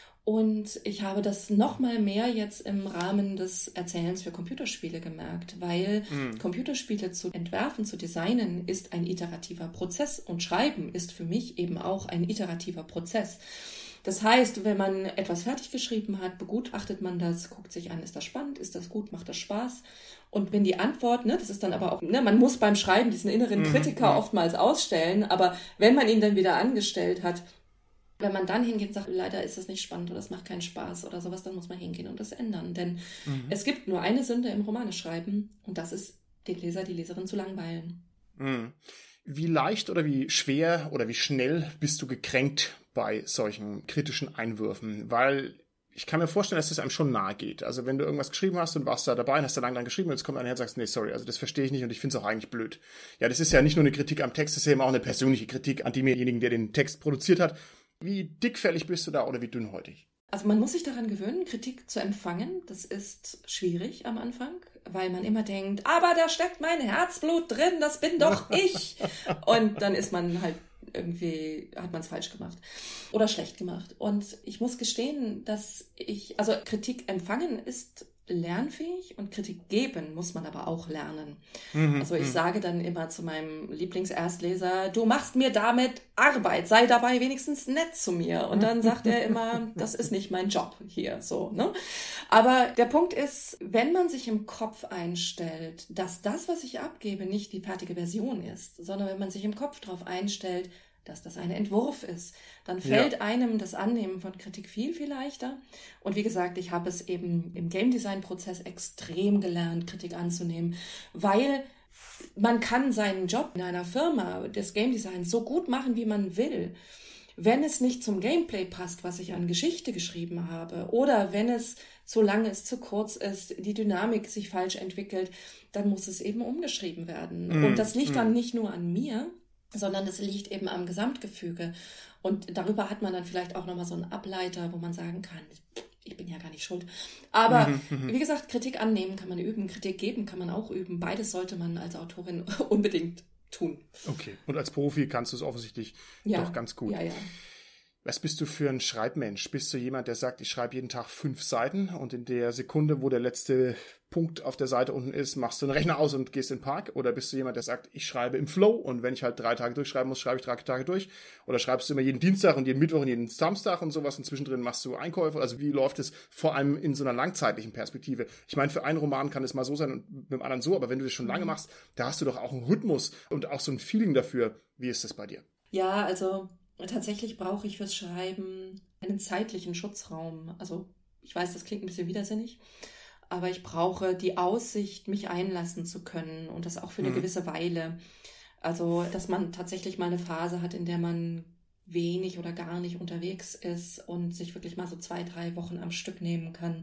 B: Und ich habe das noch mal mehr jetzt im Rahmen des Erzählens für Computerspiele gemerkt, weil mhm. Computerspiele zu entwerfen, zu designen, ist ein iterativer Prozess und Schreiben ist für mich eben auch ein iterativer Prozess. Das heißt, wenn man etwas fertig geschrieben hat, begutachtet man das, guckt sich an, ist das spannend, ist das gut, macht das Spaß? Und wenn die Antwort, ne, das ist dann aber auch, ne, man muss beim Schreiben diesen inneren Kritiker mhm. oftmals ausstellen, aber wenn man ihn dann wieder angestellt hat, wenn man dann hingeht und sagt, leider ist das nicht spannend oder es macht keinen Spaß oder sowas, dann muss man hingehen und das ändern. Denn mhm. es gibt nur eine Sünde im Romaneschreiben und das ist, den Leser, die Leserin zu langweilen.
A: Mhm. Wie leicht oder wie schwer oder wie schnell bist du gekränkt bei solchen kritischen Einwürfen? Weil ich kann mir vorstellen, dass das einem schon nahe geht. Also wenn du irgendwas geschrieben hast und warst da dabei und hast da lang dran geschrieben und jetzt kommt einer her und sagst, nee, sorry, also das verstehe ich nicht und ich finde es auch eigentlich blöd. Ja, das ist ja nicht nur eine Kritik am Text, das ist ja eben auch eine persönliche Kritik an demjenigen, der den Text produziert hat. Wie dickfällig bist du da oder wie dünnhäutig?
B: Also man muss sich daran gewöhnen, Kritik zu empfangen. Das ist schwierig am Anfang, weil man immer denkt, aber da steckt mein Herzblut drin, das bin doch ich. Und dann ist man halt irgendwie, hat man es falsch gemacht oder schlecht gemacht. Und ich muss gestehen, dass ich, also Kritik empfangen ist lernfähig und Kritik geben muss man aber auch lernen. Mhm, also ich mh. sage dann immer zu meinem Lieblingserstleser, du machst mir damit Arbeit, sei dabei wenigstens nett zu mir. Und dann sagt er immer, das ist nicht mein Job hier, so, ne? Aber der Punkt ist, wenn man sich im Kopf einstellt, dass das, was ich abgebe, nicht die fertige Version ist, sondern wenn man sich im Kopf darauf einstellt, dass das ein Entwurf ist, dann fällt ja. einem das Annehmen von Kritik viel, viel leichter. Und wie gesagt, ich habe es eben im Game Design Prozess extrem gelernt, Kritik anzunehmen, weil man kann seinen Job in einer Firma des Game Designs so gut machen, wie man will. Wenn es nicht zum Gameplay passt, was ich an Geschichte geschrieben habe, oder wenn es zu lang ist, zu kurz ist, die Dynamik sich falsch entwickelt, dann muss es eben umgeschrieben werden. Mm, Und das liegt mm. dann nicht nur an mir, sondern es liegt eben am Gesamtgefüge. Und darüber hat man dann vielleicht auch nochmal so einen Ableiter, wo man sagen kann, ich bin ja gar nicht schuld. Aber mhm, wie gesagt, Kritik annehmen kann man üben, Kritik geben kann man auch üben. Beides sollte man als Autorin unbedingt tun.
A: Okay, und als Profi kannst du es offensichtlich
B: ja.
A: doch ganz gut.
B: Ja, ja.
A: Was bist du für ein Schreibmensch? Bist du jemand, der sagt, ich schreibe jeden Tag fünf Seiten und in der Sekunde, wo der letzte Punkt auf der Seite unten ist, machst du den Rechner aus und gehst in den Park? Oder bist du jemand, der sagt, ich schreibe im Flow und wenn ich halt drei Tage durchschreiben muss, schreibe ich drei Tage durch? Oder schreibst du immer jeden Dienstag und jeden Mittwoch und jeden Samstag und sowas und zwischendrin machst du Einkäufe? Also wie läuft es vor allem in so einer langzeitlichen Perspektive? Ich meine, für einen Roman kann es mal so sein und mit dem anderen so, aber wenn du das schon lange machst, da hast du doch auch einen Rhythmus und auch so ein Feeling dafür. Wie ist das bei dir?
B: Ja, also tatsächlich brauche ich fürs Schreiben einen zeitlichen Schutzraum. Also ich weiß, das klingt ein bisschen widersinnig, aber ich brauche die Aussicht, mich einlassen zu können und das auch für eine mhm. gewisse Weile. Also, dass man tatsächlich mal eine Phase hat, in der man wenig oder gar nicht unterwegs ist und sich wirklich mal so zwei, drei Wochen am Stück nehmen kann,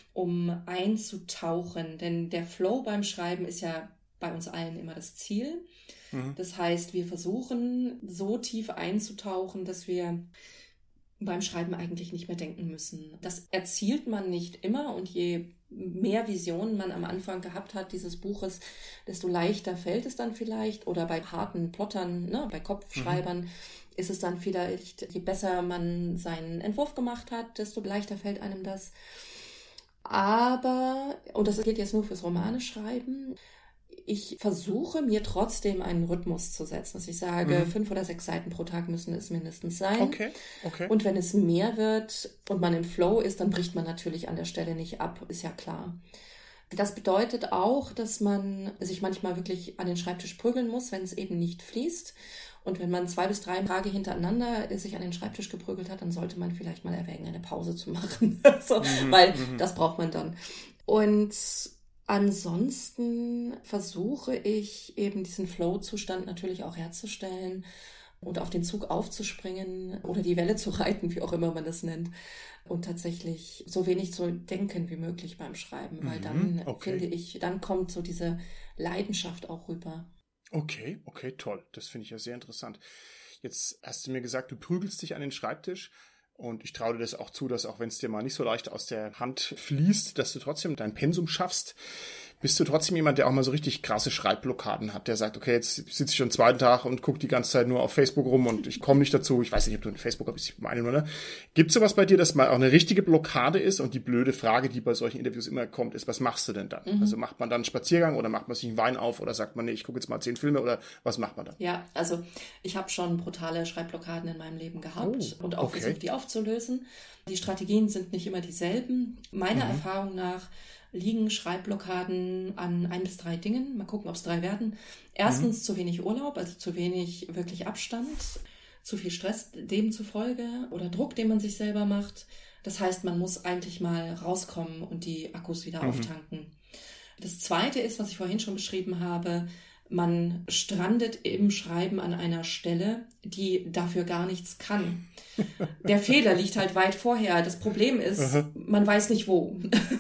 B: um einzutauchen. Denn der Flow beim Schreiben ist ja bei uns allen immer das Ziel. Das heißt, wir versuchen so tief einzutauchen, dass wir beim Schreiben eigentlich nicht mehr denken müssen. Das erzielt man nicht immer und je mehr Visionen man am Anfang gehabt hat dieses Buches, desto leichter fällt es dann vielleicht. Oder bei harten Plottern, ne, bei Kopfschreibern mhm. ist es dann vielleicht, je besser man seinen Entwurf gemacht hat, desto leichter fällt einem das. Aber, und das gilt jetzt nur fürs Romaneschreiben, ich versuche mir trotzdem einen Rhythmus zu setzen, dass ich sage, mhm. fünf oder sechs Seiten pro Tag müssen es mindestens sein.
A: Okay, okay.
B: Und wenn es mehr wird und man im Flow ist, dann bricht man natürlich an der Stelle nicht ab, ist ja klar. Das bedeutet auch, dass man sich manchmal wirklich an den Schreibtisch prügeln muss, wenn es eben nicht fließt. Und wenn man zwei bis drei Tage hintereinander sich an den Schreibtisch geprügelt hat, dann sollte man vielleicht mal erwägen, eine Pause zu machen. so, mhm, weil mhm. das braucht man dann. Und ansonsten versuche ich eben diesen Flow-Zustand natürlich auch herzustellen und auf den Zug aufzuspringen oder die Welle zu reiten, wie auch immer man das nennt. Und tatsächlich so wenig zu denken wie möglich beim Schreiben, weil mhm, dann, okay. finde ich, dann kommt so diese Leidenschaft auch rüber.
A: Okay, okay, toll. Das finde ich ja sehr interessant. Jetzt hast du mir gesagt, du prügelst dich an den Schreibtisch. Und ich traue dir das auch zu, dass auch wenn es dir mal nicht so leicht aus der Hand fließt, dass du trotzdem dein Pensum schaffst. Bist du trotzdem jemand, der auch mal so richtig krasse Schreibblockaden hat, der sagt, okay, jetzt sitze ich schon den zweiten Tag und gucke die ganze Zeit nur auf Facebook rum und ich komme nicht dazu. Ich weiß nicht, ob du ein Facebook hast, ich meine, oder? Gibt es sowas bei dir, dass mal auch eine richtige Blockade ist? Und die blöde Frage, die bei solchen Interviews immer kommt, ist, was machst du denn dann? Mhm. Also macht man dann einen Spaziergang oder macht man sich einen Wein auf oder sagt man, nee, ich gucke jetzt mal zehn Filme oder was macht man dann?
B: Ja, also ich habe schon brutale Schreibblockaden in meinem Leben gehabt oh, und auch okay. versucht, die aufzulösen. Die Strategien sind nicht immer dieselben. Meiner mhm. Erfahrung nach liegen Schreibblockaden an ein bis drei Dingen. Mal gucken, ob es drei werden. Erstens mhm. zu wenig Urlaub, also zu wenig wirklich Abstand, zu viel Stress demzufolge oder Druck, den man sich selber macht. Das heißt, man muss eigentlich mal rauskommen und die Akkus wieder mhm. auftanken. Das Zweite ist, was ich vorhin schon beschrieben habe, man strandet im Schreiben an einer Stelle, die dafür gar nichts kann. Der Fehler liegt halt weit vorher. Das Problem ist, Aha. man weiß nicht wo.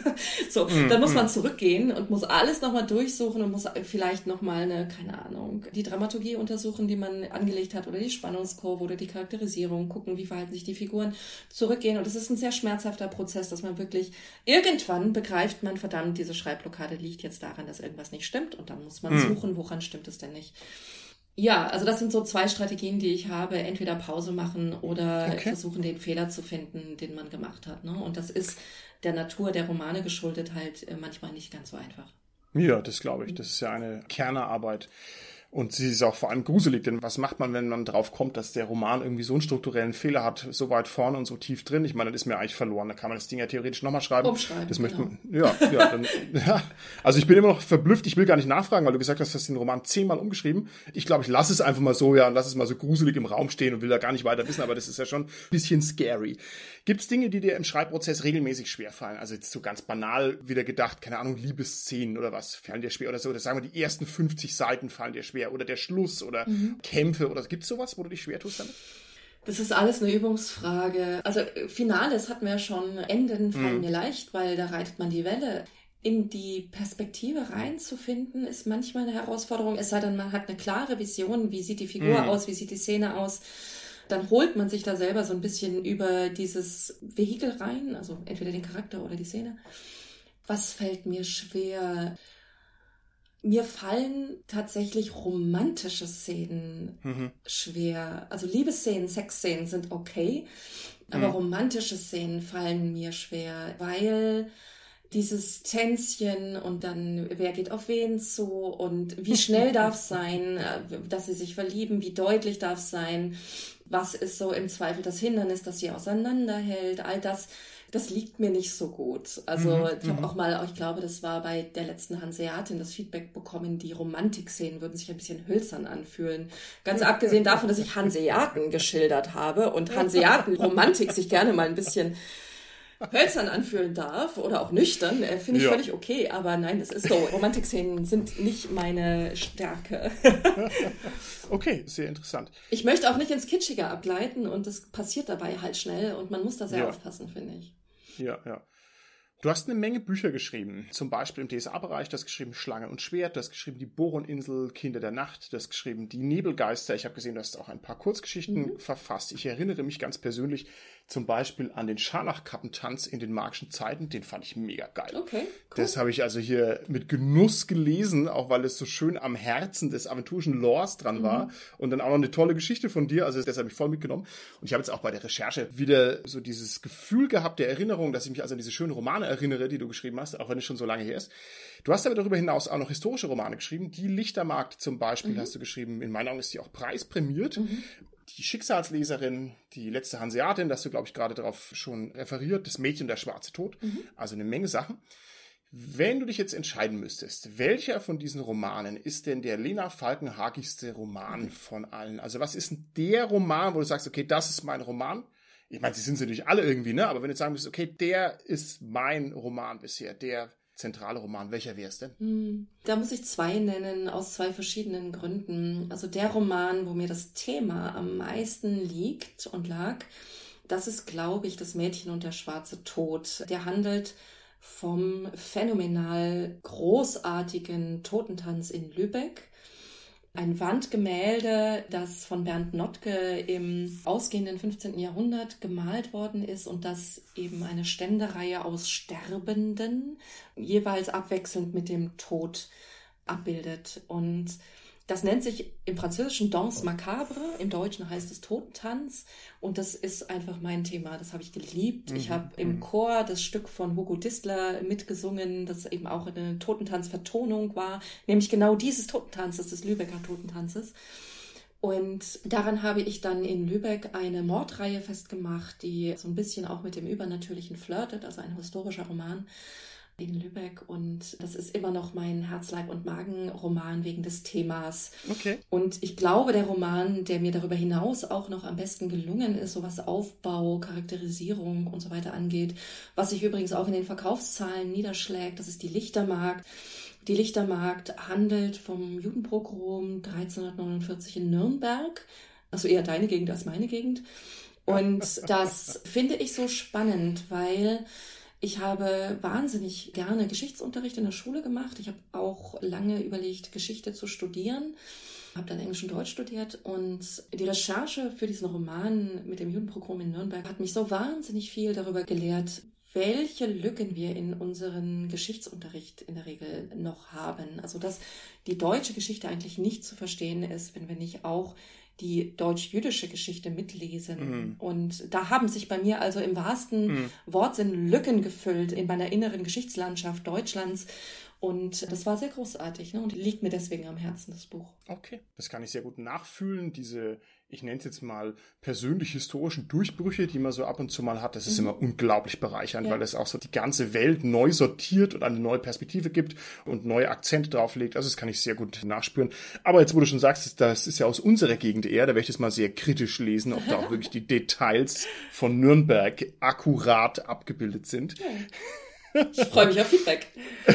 B: So, mm, dann muss man zurückgehen und muss alles nochmal durchsuchen und muss vielleicht nochmal eine, keine Ahnung, die Dramaturgie untersuchen, die man angelegt hat oder die Spannungskurve oder die Charakterisierung, gucken, wie verhalten sich die Figuren, zurückgehen. Und es ist ein sehr schmerzhafter Prozess, dass man wirklich irgendwann begreift man, verdammt, diese Schreibblockade liegt jetzt daran, dass irgendwas nicht stimmt und dann muss man mm. suchen, woran stimmt es denn nicht. Ja, also das sind so zwei Strategien, die ich habe. Entweder Pause machen oder okay. versuchen, den Fehler zu finden, den man gemacht hat. Ne? Und das ist der Natur der Romane geschuldet halt manchmal nicht ganz so einfach.
A: Ja, das glaube ich. Das ist ja eine Kernarbeit. Und sie ist auch vor allem gruselig, denn was macht man, wenn man drauf kommt, dass der Roman irgendwie so einen strukturellen Fehler hat, so weit vorne und so tief drin? Ich meine, das ist mir eigentlich verloren. Da kann man das Ding ja theoretisch nochmal schreiben.
B: Umschreiben,
A: das möchte
B: genau.
A: man, ja, ja, dann, ja. Also ich bin immer noch verblüfft. Ich will gar nicht nachfragen, weil du gesagt hast, du hast den Roman zehnmal umgeschrieben. Ich glaube, ich lasse es einfach mal so, ja, und lasse es mal so gruselig im Raum stehen und will da gar nicht weiter wissen, aber das ist ja schon ein bisschen scary. Gibt es Dinge, die dir im Schreibprozess regelmäßig schwerfallen? Also jetzt so ganz banal wieder gedacht, keine Ahnung, Liebesszenen oder was fallen dir schwer oder so? Oder sagen wir, die ersten fünfzig Seiten fallen dir schwer oder der Schluss oder mhm. Kämpfe oder gibt es sowas, wo du dich schwer tust damit?
B: Das ist alles eine Übungsfrage. Also Finales hatten wir ja schon, Enden fallen mhm. mir leicht, weil da reitet man die Welle. In die Perspektive reinzufinden, ist manchmal eine Herausforderung. Es sei denn, man hat eine klare Vision, wie sieht die Figur mhm. aus, wie sieht die Szene aus. Dann holt man sich da selber so ein bisschen über dieses Vehikel rein, also entweder den Charakter oder die Szene. Was fällt mir schwer? Mir fallen tatsächlich romantische Szenen mhm. schwer. Also Liebesszenen, Sexszenen sind okay, aber mhm. romantische Szenen fallen mir schwer, weil dieses Tänzchen und dann, wer geht auf wen zu und wie schnell darf es sein, dass sie sich verlieben, wie deutlich darf es sein, was ist so im Zweifel das Hindernis, das sie auseinanderhält, all das. Das liegt mir nicht so gut. Also mhm, ich habe auch mal, ich glaube, das war bei der letzten Hanseatin das Feedback bekommen, die Romantikszenen würden sich ein bisschen hölzern anfühlen. Ganz abgesehen davon, dass ich Hanseaten geschildert habe und Hanseaten-Romantik sich gerne mal ein bisschen hölzern anfühlen darf oder auch nüchtern, äh, finde ich ja. völlig okay. Aber nein, das ist so. Romantikszenen sind nicht meine Stärke.
A: Okay, sehr interessant.
B: Ich möchte auch nicht ins Kitschige abgleiten und das passiert dabei halt schnell und man muss da sehr ja. aufpassen, finde ich.
A: Ja, ja. Du hast eine Menge Bücher geschrieben, zum Beispiel im D S A-Bereich, du hast geschrieben Schlange und Schwert, du hast geschrieben Die Boroninsel, Kinder der Nacht, du hast geschrieben Die Nebelgeister. Ich habe gesehen, du hast auch ein paar Kurzgeschichten mhm. verfasst. Ich erinnere mich ganz persönlich zum Beispiel an den Scharlachkappentanz in den magischen Zeiten, den fand ich mega geil.
B: Okay, cool.
A: Das habe ich also hier mit Genuss gelesen, auch weil es so schön am Herzen des aventurischen Lores dran mhm. war und dann auch noch eine tolle Geschichte von dir, also das habe ich voll mitgenommen. Und ich habe jetzt auch bei der Recherche wieder so dieses Gefühl gehabt der Erinnerung, dass ich mich also an diese schönen Romane erinnere, die du geschrieben hast, auch wenn es schon so lange her ist. Du hast aber darüber hinaus auch noch historische Romane geschrieben. Die Lichtermarkt zum Beispiel mhm. hast du geschrieben. In meinen Augen ist die auch preisprämiert. Mhm. Die Schicksalsleserin, die letzte Hanseatin, das hast du, glaube ich, gerade darauf schon referiert. Das Mädchen und der schwarze Tod. Mhm. Also eine Menge Sachen. Wenn du dich jetzt entscheiden müsstest, welcher von diesen Romanen ist denn der Lena Falkenhagigste Roman von allen? Also was ist denn der Roman, wo du sagst, okay, das ist mein Roman? Ich meine, sie sind natürlich alle irgendwie, ne? Aber wenn du jetzt sagen müsstest, okay, der ist mein Roman bisher, der zentrale Roman, welcher wäre es denn?
B: Da muss ich zwei nennen, aus zwei verschiedenen Gründen. Also der Roman, wo mir das Thema am meisten liegt und lag, das ist, glaube ich, Das Mädchen und der schwarze Tod. Der handelt vom phänomenal großartigen Totentanz in Lübeck. ein Wandgemälde, das von Bernd Notke im ausgehenden fünfzehnten. Jahrhundert gemalt worden ist und das eben eine Ständereihe aus Sterbenden, jeweils abwechselnd mit dem Tod abbildet. Und das nennt sich im Französischen Danse Macabre, im Deutschen heißt es Totentanz und das ist einfach mein Thema, das habe ich geliebt. Mhm. Ich habe im Chor das Stück von Hugo Distler mitgesungen, das eben auch eine Totentanzvertonung war, nämlich genau dieses Totentanzes, des Lübecker Totentanzes. Und daran habe ich dann in Lübeck eine Mordreihe festgemacht, die so ein bisschen auch mit dem Übernatürlichen flirtet, also ein historischer Roman in Lübeck und das ist immer noch mein Herz, Leib und Magen-Roman wegen des Themas.
A: Okay.
B: Und ich glaube, der Roman, der mir darüber hinaus auch noch am besten gelungen ist, so was Aufbau, Charakterisierung und so weiter angeht, was sich übrigens auch in den Verkaufszahlen niederschlägt, das ist die Lichtermarkt. Die Lichtermarkt handelt vom Judenpogrom dreizehnhundertneunundvierzig in Nürnberg, also eher deine Gegend als meine Gegend. Und das finde ich so spannend, weil ich habe wahnsinnig gerne Geschichtsunterricht in der Schule gemacht. Ich habe auch lange überlegt, Geschichte zu studieren. Habe dann Englisch und Deutsch studiert. Und die Recherche für diesen Roman mit dem Judenpogrom in Nürnberg hat mich so wahnsinnig viel darüber gelehrt, welche Lücken wir in unserem Geschichtsunterricht in der Regel noch haben. Also dass die deutsche Geschichte eigentlich nicht zu verstehen ist, wenn wir nicht auch die deutsch-jüdische Geschichte mitlesen. Mhm. Und da haben sich bei mir also im wahrsten mhm. Wortsinn Lücken gefüllt in meiner inneren Geschichtslandschaft Deutschlands. Und das war sehr großartig, ne? Und liegt mir deswegen am Herzen, das Buch.
A: Okay, das kann ich sehr gut nachfühlen. Diese, ich nenne es jetzt mal persönlich-historischen Durchbrüche, die man so ab und zu mal hat, das ist mhm. immer unglaublich bereichernd, ja. weil es auch so die ganze Welt neu sortiert und eine neue Perspektive gibt und neue Akzente drauflegt. Also das kann ich sehr gut nachspüren. Aber jetzt, wo du schon sagst, das ist ja aus unserer Gegend eher, da werde ich das mal sehr kritisch lesen, ob da auch wirklich die Details von Nürnberg akkurat abgebildet sind.
B: Ja. Ich freue mich auf Feedback.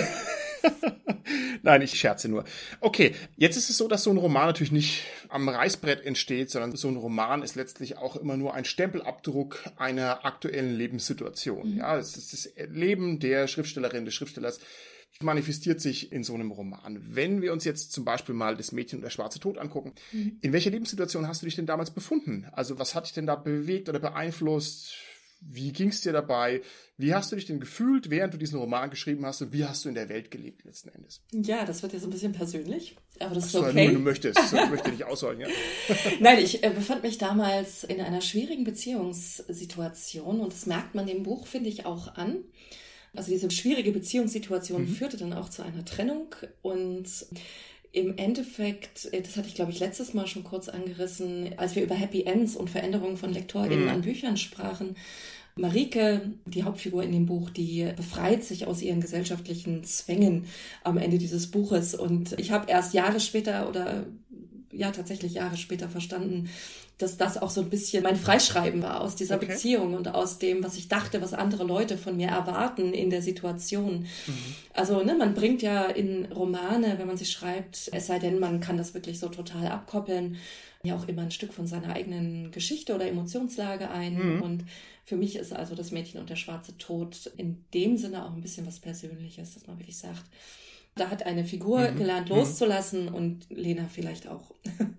A: Nein, ich scherze nur. Okay, jetzt ist es so, dass so ein Roman natürlich nicht am Reißbrett entsteht, sondern so ein Roman ist letztlich auch immer nur ein Stempelabdruck einer aktuellen Lebenssituation. Mhm. Ja, es ist das Leben der Schriftstellerin, des Schriftstellers manifestiert sich in so einem Roman. Wenn wir uns jetzt zum Beispiel mal das Mädchen und der schwarze Tod angucken, mhm. in welcher Lebenssituation hast du dich denn damals befunden? Also was hat dich denn da bewegt oder beeinflusst? Wie ging es dir dabei? Wie hast du dich denn gefühlt, während du diesen Roman geschrieben hast und wie hast du in der Welt gelebt letzten Endes?
B: Ja, das wird jetzt ein bisschen persönlich, aber das
A: so,
B: ist okay.
A: Nur, du möchtest, so, ich möchte dich ausholen, ja?
B: Nein, ich äh, befand mich damals in einer schwierigen Beziehungssituation und das merkt man dem Buch, finde ich, auch an. Also diese schwierige Beziehungssituation mhm. führte dann auch zu einer Trennung und im Endeffekt, das hatte ich, glaube ich, letztes Mal schon kurz angerissen, als wir über Happy Ends und Veränderungen von LektorInnen mhm. an Büchern sprachen. Marike, die Hauptfigur in dem Buch, die befreit sich aus ihren gesellschaftlichen Zwängen am Ende dieses Buches. Und ich habe erst Jahre später oder ja tatsächlich Jahre später verstanden, dass das auch so ein bisschen mein Freischreiben war aus dieser okay. Beziehung und aus dem, was ich dachte, was andere Leute von mir erwarten in der Situation. Mhm. Also ne, man bringt ja in Romane, wenn man sie schreibt, es sei denn, man kann das wirklich so total abkoppeln, ja auch immer ein Stück von seiner eigenen Geschichte oder Emotionslage ein. Mhm. Und für mich ist also das Mädchen und der schwarze Tod in dem Sinne auch ein bisschen was Persönliches, dass man wirklich sagt, da hat eine Figur mhm. gelernt loszulassen mhm. und Lena vielleicht auch.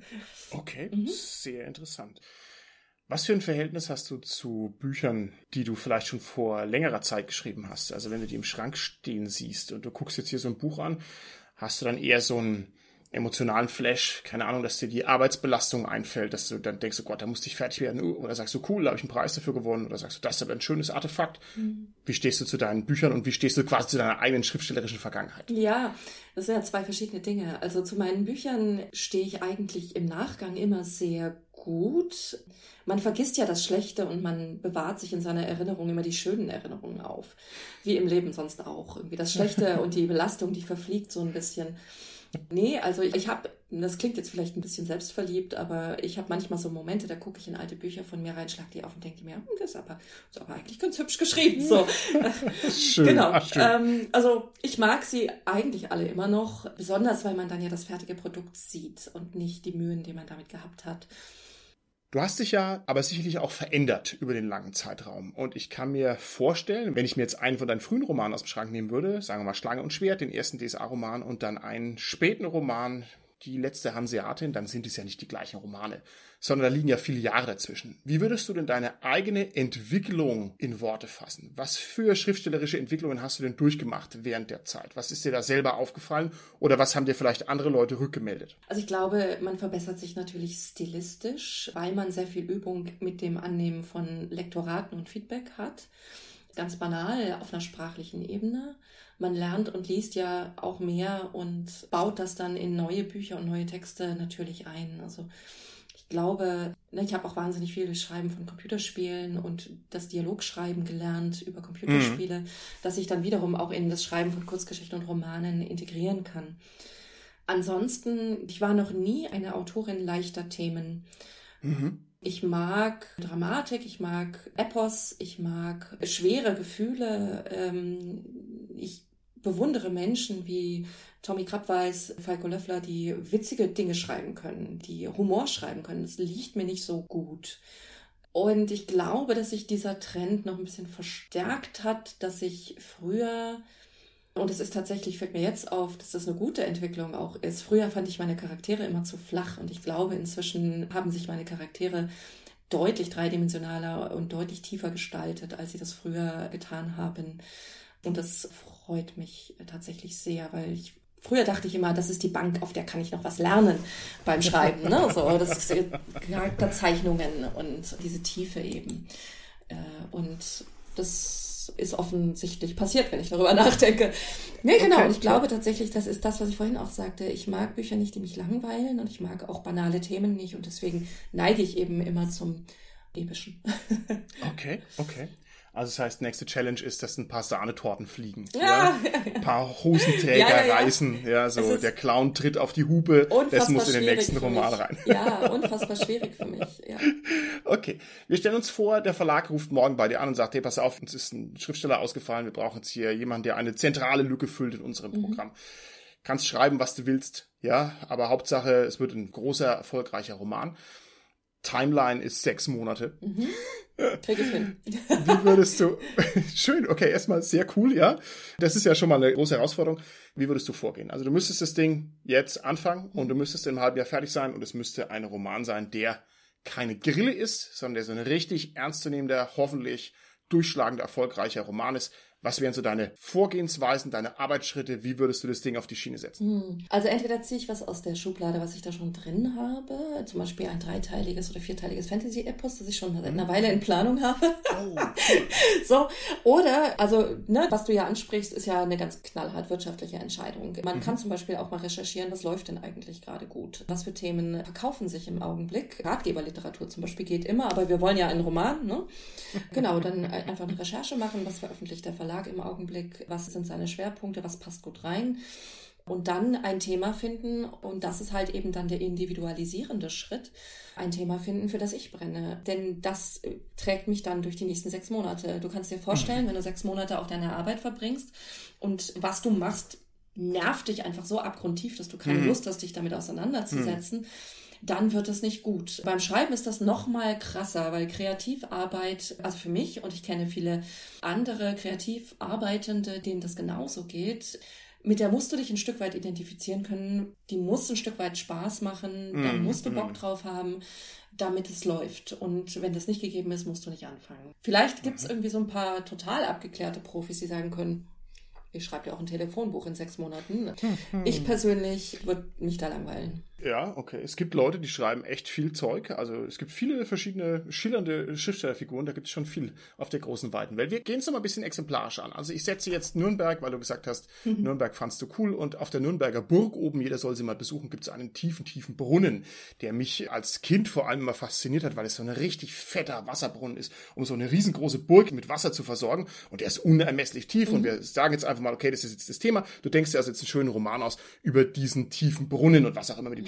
A: Okay, mhm. sehr interessant. Was für ein Verhältnis hast du zu Büchern, die du vielleicht schon vor längerer Zeit geschrieben hast? Also wenn du die im Schrank stehen siehst und du guckst jetzt hier so ein Buch an, hast du dann eher so einen emotionalen Flash, keine Ahnung, dass dir die Arbeitsbelastung einfällt, dass du dann denkst, oh Gott, da musste ich fertig werden, oder sagst du, cool, da habe ich einen Preis dafür gewonnen, oder sagst du, das ist aber ein schönes Artefakt. Mhm. Wie stehst du zu deinen Büchern und wie stehst du quasi zu deiner eigenen schriftstellerischen Vergangenheit?
B: Ja, das sind ja zwei verschiedene Dinge. Also zu meinen Büchern stehe ich eigentlich im Nachgang immer sehr gut. Man vergisst ja das Schlechte und man bewahrt sich in seiner Erinnerung immer die schönen Erinnerungen auf. Wie im Leben sonst auch. Irgendwie das Schlechte und die Belastung, die verfliegt so ein bisschen. Nee, also ich habe, das klingt jetzt vielleicht ein bisschen selbstverliebt, aber ich habe manchmal so Momente, da gucke ich in alte Bücher von mir rein, schlag die auf und denke mir, hm, das ist aber, das ist aber eigentlich ganz hübsch geschrieben. So.
A: Schön,
B: genau.
A: Ach, schön.
B: Ähm, also ich mag sie eigentlich alle immer noch, besonders weil man dann ja das fertige Produkt sieht und nicht die Mühen, die man damit gehabt hat.
A: Du hast dich ja aber sicherlich auch verändert über den langen Zeitraum. Und ich kann mir vorstellen, wenn ich mir jetzt einen von deinen frühen Romanen aus dem Schrank nehmen würde, sagen wir mal Schlange und Schwert, den ersten D S A-Roman und dann einen späten Roman, die letzte Hanseatin, dann sind es ja nicht die gleichen Romane, sondern da liegen ja viele Jahre dazwischen. Wie würdest du denn deine eigene Entwicklung in Worte fassen? Was für schriftstellerische Entwicklungen hast du denn durchgemacht während der Zeit? Was ist dir da selber aufgefallen oder was haben dir vielleicht andere Leute rückgemeldet?
B: Also ich glaube, man verbessert sich natürlich stilistisch, weil man sehr viel Übung mit dem Annehmen von Lektoraten und Feedback hat. Ganz banal auf einer sprachlichen Ebene. Man lernt und liest ja auch mehr und baut das dann in neue Bücher und neue Texte natürlich ein. Also ich glaube, ich habe auch wahnsinnig viel durch Schreiben von Computerspielen und das Dialogschreiben gelernt über Computerspiele, mhm. dass ich dann wiederum auch in das Schreiben von Kurzgeschichten und Romanen integrieren kann. Ansonsten, ich war noch nie eine Autorin leichter Themen. Mhm. Ich mag Dramatik, ich mag Epos, ich mag schwere Gefühle. Ich bewundere Menschen wie Tommy Krabweis, Falco Löffler, die witzige Dinge schreiben können, die Humor schreiben können. Das liegt mir nicht so gut. Und ich glaube, dass sich dieser Trend noch ein bisschen verstärkt hat, dass ich früher, und es ist tatsächlich, fällt mir jetzt auf, dass das eine gute Entwicklung auch ist. Früher fand ich meine Charaktere immer zu flach und ich glaube, inzwischen haben sich meine Charaktere deutlich dreidimensionaler und deutlich tiefer gestaltet, als sie das früher getan haben. Und das freut mich tatsächlich sehr, weil ich früher dachte ich immer, das ist die Bank, auf der kann ich noch was lernen beim Schreiben. Ne? So, das ist Charakterzeichnungen und diese Tiefe eben. Und das ist offensichtlich passiert, wenn ich darüber nachdenke. Nee, genau. Okay, und ich glaube tatsächlich, das ist das, was ich vorhin auch sagte. Ich mag Bücher nicht, die mich langweilen und ich mag auch banale Themen nicht und deswegen neige ich eben immer zum Epischen.
A: Okay, okay. Also das heißt, nächste Challenge ist, dass ein paar Sahnetorten fliegen.
B: Ja, ja. Ja,
A: ein paar Hosenträger ja, ja, ja. reißen. Ja, so der Clown tritt auf die Hupe. Das muss in den nächsten Roman rein.
B: Ja, unfassbar schwierig für mich. Ja.
A: Okay, wir stellen uns vor, der Verlag ruft morgen bei dir an und sagt, hey, pass auf, uns ist ein Schriftsteller ausgefallen. Wir brauchen jetzt hier jemanden, der eine zentrale Lücke füllt in unserem mhm. Programm. Kannst schreiben, was du willst, ja, aber Hauptsache, es wird ein großer, erfolgreicher Roman. Timeline ist sechs Monate.
B: Mhm. Krieg ich hin.
A: Wie würdest du, schön, okay, erstmal sehr cool, ja. Das ist ja schon mal eine große Herausforderung. Wie würdest du vorgehen? Also du müsstest das Ding jetzt anfangen und du müsstest in einem halben Jahr fertig sein und es müsste ein Roman sein, der keine Grille ist, sondern der so ein richtig ernstzunehmender, hoffentlich durchschlagender, erfolgreicher Roman ist. Was wären so deine Vorgehensweisen, deine Arbeitsschritte? Wie würdest du das Ding auf die Schiene setzen?
B: Also entweder ziehe ich was aus der Schublade, was ich da schon drin habe, zum Beispiel ein dreiteiliges oder vierteiliges Fantasy-Epos, das ich schon seit einer Weile in Planung habe. Oh, cool. So, oder, also, ne, was du ja ansprichst, ist ja eine ganz knallhart wirtschaftliche Entscheidung. Man mhm. kann zum Beispiel auch mal recherchieren, was läuft denn eigentlich gerade gut? Was für Themen verkaufen sich im Augenblick? Ratgeberliteratur zum Beispiel geht immer, aber wir wollen ja einen Roman, ne? Genau, dann einfach eine Recherche machen, was veröffentlicht der Verlag im Augenblick, was sind seine Schwerpunkte, was passt gut rein und dann ein Thema finden und das ist halt eben dann der individualisierende Schritt, ein Thema finden, für das ich brenne, denn das trägt mich dann durch die nächsten sechs Monate. Du kannst dir vorstellen, wenn du sechs Monate auf deiner Arbeit verbringst und was du machst, nervt dich einfach so abgrundtief, dass du keine Lust hast, dich damit auseinanderzusetzen, dann wird es nicht gut. Beim Schreiben ist das noch mal krasser, weil Kreativarbeit, also für mich und ich kenne viele andere kreativ Arbeitende, denen das genauso geht, mit der musst du dich ein Stück weit identifizieren können, die muss ein Stück weit Spaß machen, mm, da musst du Bock mm. drauf haben, damit es läuft. Und wenn das nicht gegeben ist, musst du nicht anfangen. Vielleicht gibt es mhm. irgendwie so ein paar total abgeklärte Profis, die sagen können, ich schreibe ja auch ein Telefonbuch in sechs Monaten. Ich persönlich würde mich da langweilen.
A: Ja, okay. Es gibt Leute, die schreiben echt viel Zeug. Also es gibt viele verschiedene schillernde Schriftstellerfiguren. Da gibt es schon viel auf der großen, weiten Welt. Wir gehen es nochmal ein bisschen exemplarisch an. Also ich setze jetzt Nürnberg, weil du gesagt hast, mhm. Nürnberg fandst du cool. Und auf der Nürnberger Burg oben, jeder soll sie mal besuchen, gibt es einen tiefen, tiefen Brunnen, der mich als Kind vor allem immer fasziniert hat, weil es so ein richtig fetter Wasserbrunnen ist, um so eine riesengroße Burg mit Wasser zu versorgen. Und der ist unermesslich tief. Mhm. Und wir sagen jetzt einfach mal, okay, das ist jetzt das Thema. Du denkst dir also jetzt einen schönen Roman aus über diesen tiefen Brunnen und was auch immer mit dem tiefen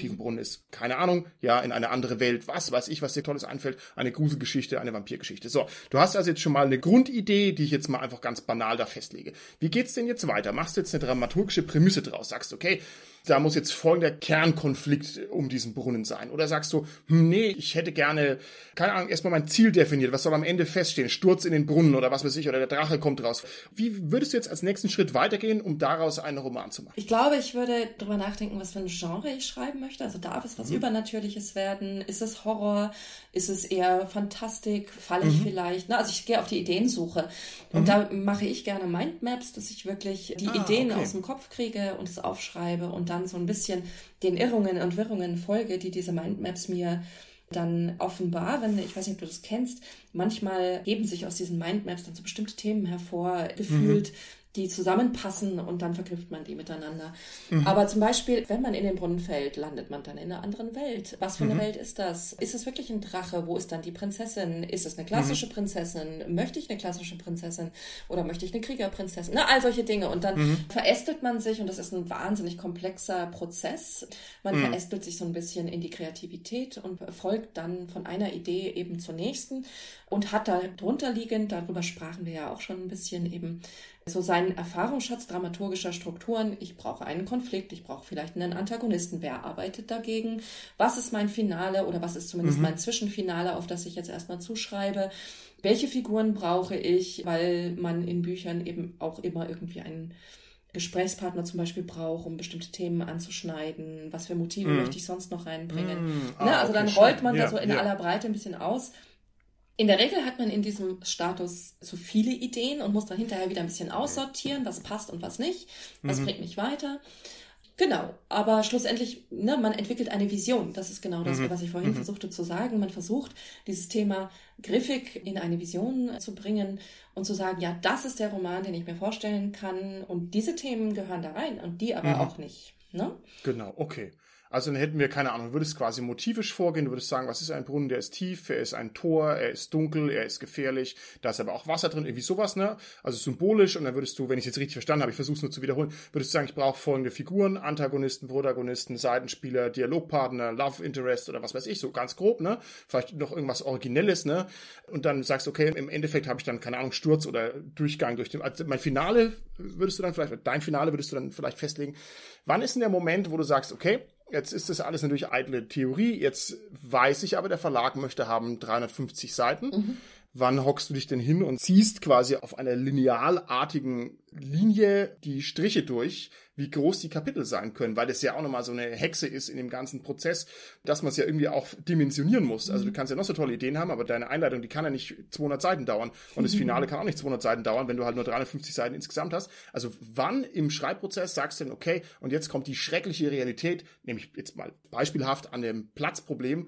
A: diesem Brunnen ist. Keine Ahnung, ja, in eine andere Welt, was weiß ich, was dir Tolles einfällt, eine Gruselgeschichte, eine Vampirgeschichte. So, du hast also jetzt schon mal eine Grundidee, die ich jetzt mal einfach ganz banal da festlege. Wie geht's denn jetzt weiter? Machst du jetzt eine dramaturgische Prämisse draus? Sagst, okay, da muss jetzt folgender Kernkonflikt um diesen Brunnen sein. Oder sagst du, hm, nee, ich hätte gerne, keine Ahnung, erstmal mein Ziel definiert. Was soll am Ende feststehen? Sturz in den Brunnen oder was weiß ich, oder der Drache kommt raus. Wie würdest du jetzt als nächsten Schritt weitergehen, um daraus einen Roman zu machen?
B: Ich glaube, ich würde darüber nachdenken, was für ein Genre ich schreiben möchte. Also darf es was mhm. Übernatürliches werden? Ist es Horror? Ist es eher Fantastik? Falle ich mhm. vielleicht? Na, also ich gehe auf die Ideensuche. Und mhm. da mache ich gerne Mindmaps, dass ich wirklich die ah, Ideen okay. aus dem Kopf kriege und es aufschreibe und dann so ein bisschen den Irrungen und Wirrungen folge, die diese Mindmaps mir dann offenbaren. Ich weiß nicht, ob du das kennst. Manchmal geben sich aus diesen Mindmaps dann so bestimmte Themen hervor, gefühlt, mhm. die zusammenpassen und dann verknüpft man die miteinander. Mhm. Aber zum Beispiel, wenn man in den Brunnen fällt, landet man dann in einer anderen Welt. Was für eine mhm. Welt ist das? Ist es wirklich ein Drache? Wo ist dann die Prinzessin? Ist es eine klassische mhm. Prinzessin? Möchte ich eine klassische Prinzessin? Oder möchte ich eine Kriegerprinzessin? Na, all solche Dinge. Und dann mhm. verästelt man sich und das ist ein wahnsinnig komplexer Prozess. Man mhm. verästelt sich so ein bisschen in die Kreativität und folgt dann von einer Idee eben zur nächsten und hat da drunter liegend, darüber sprachen wir ja auch schon ein bisschen eben, so seinen Erfahrungsschatz dramaturgischer Strukturen. Ich brauche einen Konflikt, ich brauche vielleicht einen Antagonisten. Wer arbeitet dagegen? Was ist mein Finale oder was ist zumindest mhm. mein Zwischenfinale, auf das ich jetzt erstmal zuschreibe? Welche Figuren brauche ich? Weil man in Büchern eben auch immer irgendwie einen Gesprächspartner zum Beispiel braucht, um bestimmte Themen anzuschneiden. Was für Motive mm. möchte ich sonst noch reinbringen? Mm. Ah, ne? Also okay, dann rollt man schön. da so in ja. aller Breite ein bisschen aus. In der Regel hat man in diesem Status so viele Ideen und muss dann hinterher wieder ein bisschen aussortieren, was passt und was nicht, was mhm. bringt mich weiter. Genau, aber schlussendlich, ne, man entwickelt eine Vision. Das ist genau das, mhm. was ich vorhin mhm. versuchte zu sagen. Man versucht, dieses Thema griffig in eine Vision zu bringen und zu sagen, ja, das ist der Roman, den ich mir vorstellen kann und diese Themen gehören da rein und die aber mhm. auch nicht. Ne?
A: Genau, okay. Also dann hätten wir, keine Ahnung, du würdest quasi motivisch vorgehen, du würdest sagen, was ist ein Brunnen, der ist tief, er ist ein Tor, er ist dunkel, er ist gefährlich, da ist aber auch Wasser drin, irgendwie sowas, ne? Also symbolisch und dann würdest du, wenn ich es jetzt richtig verstanden habe, ich versuche es nur zu wiederholen, würdest du sagen, ich brauche folgende Figuren, Antagonisten, Protagonisten, Seitenspieler, Dialogpartner, Love Interest oder was weiß ich, so ganz grob, ne? Vielleicht noch irgendwas Originelles, ne? Und dann sagst du, okay, im Endeffekt habe ich dann, keine Ahnung, Sturz oder Durchgang durch den, also mein Finale würdest du dann vielleicht, dein Finale würdest du dann vielleicht festlegen. Wann ist denn der Moment, wo du sagst, okay, jetzt ist das alles natürlich eitle Theorie. Jetzt weiß ich aber, der Verlag möchte haben dreihundertfünfzig Seiten. Mhm. Wann hockst du dich denn hin und ziehst quasi auf einer linealartigen Linie die Striche durch, wie groß die Kapitel sein können? Weil das ja auch nochmal so eine Hexe ist in dem ganzen Prozess, dass man es ja irgendwie auch dimensionieren muss. Also du kannst ja noch so tolle Ideen haben, aber deine Einleitung, die kann ja nicht zweihundert Seiten dauern. Und das Finale kann auch nicht zweihundert Seiten dauern, wenn du halt nur dreihundertfünfzig Seiten insgesamt hast. Also wann im Schreibprozess sagst du denn, okay, und jetzt kommt die schreckliche Realität, nämlich jetzt mal beispielhaft an dem Platzproblem,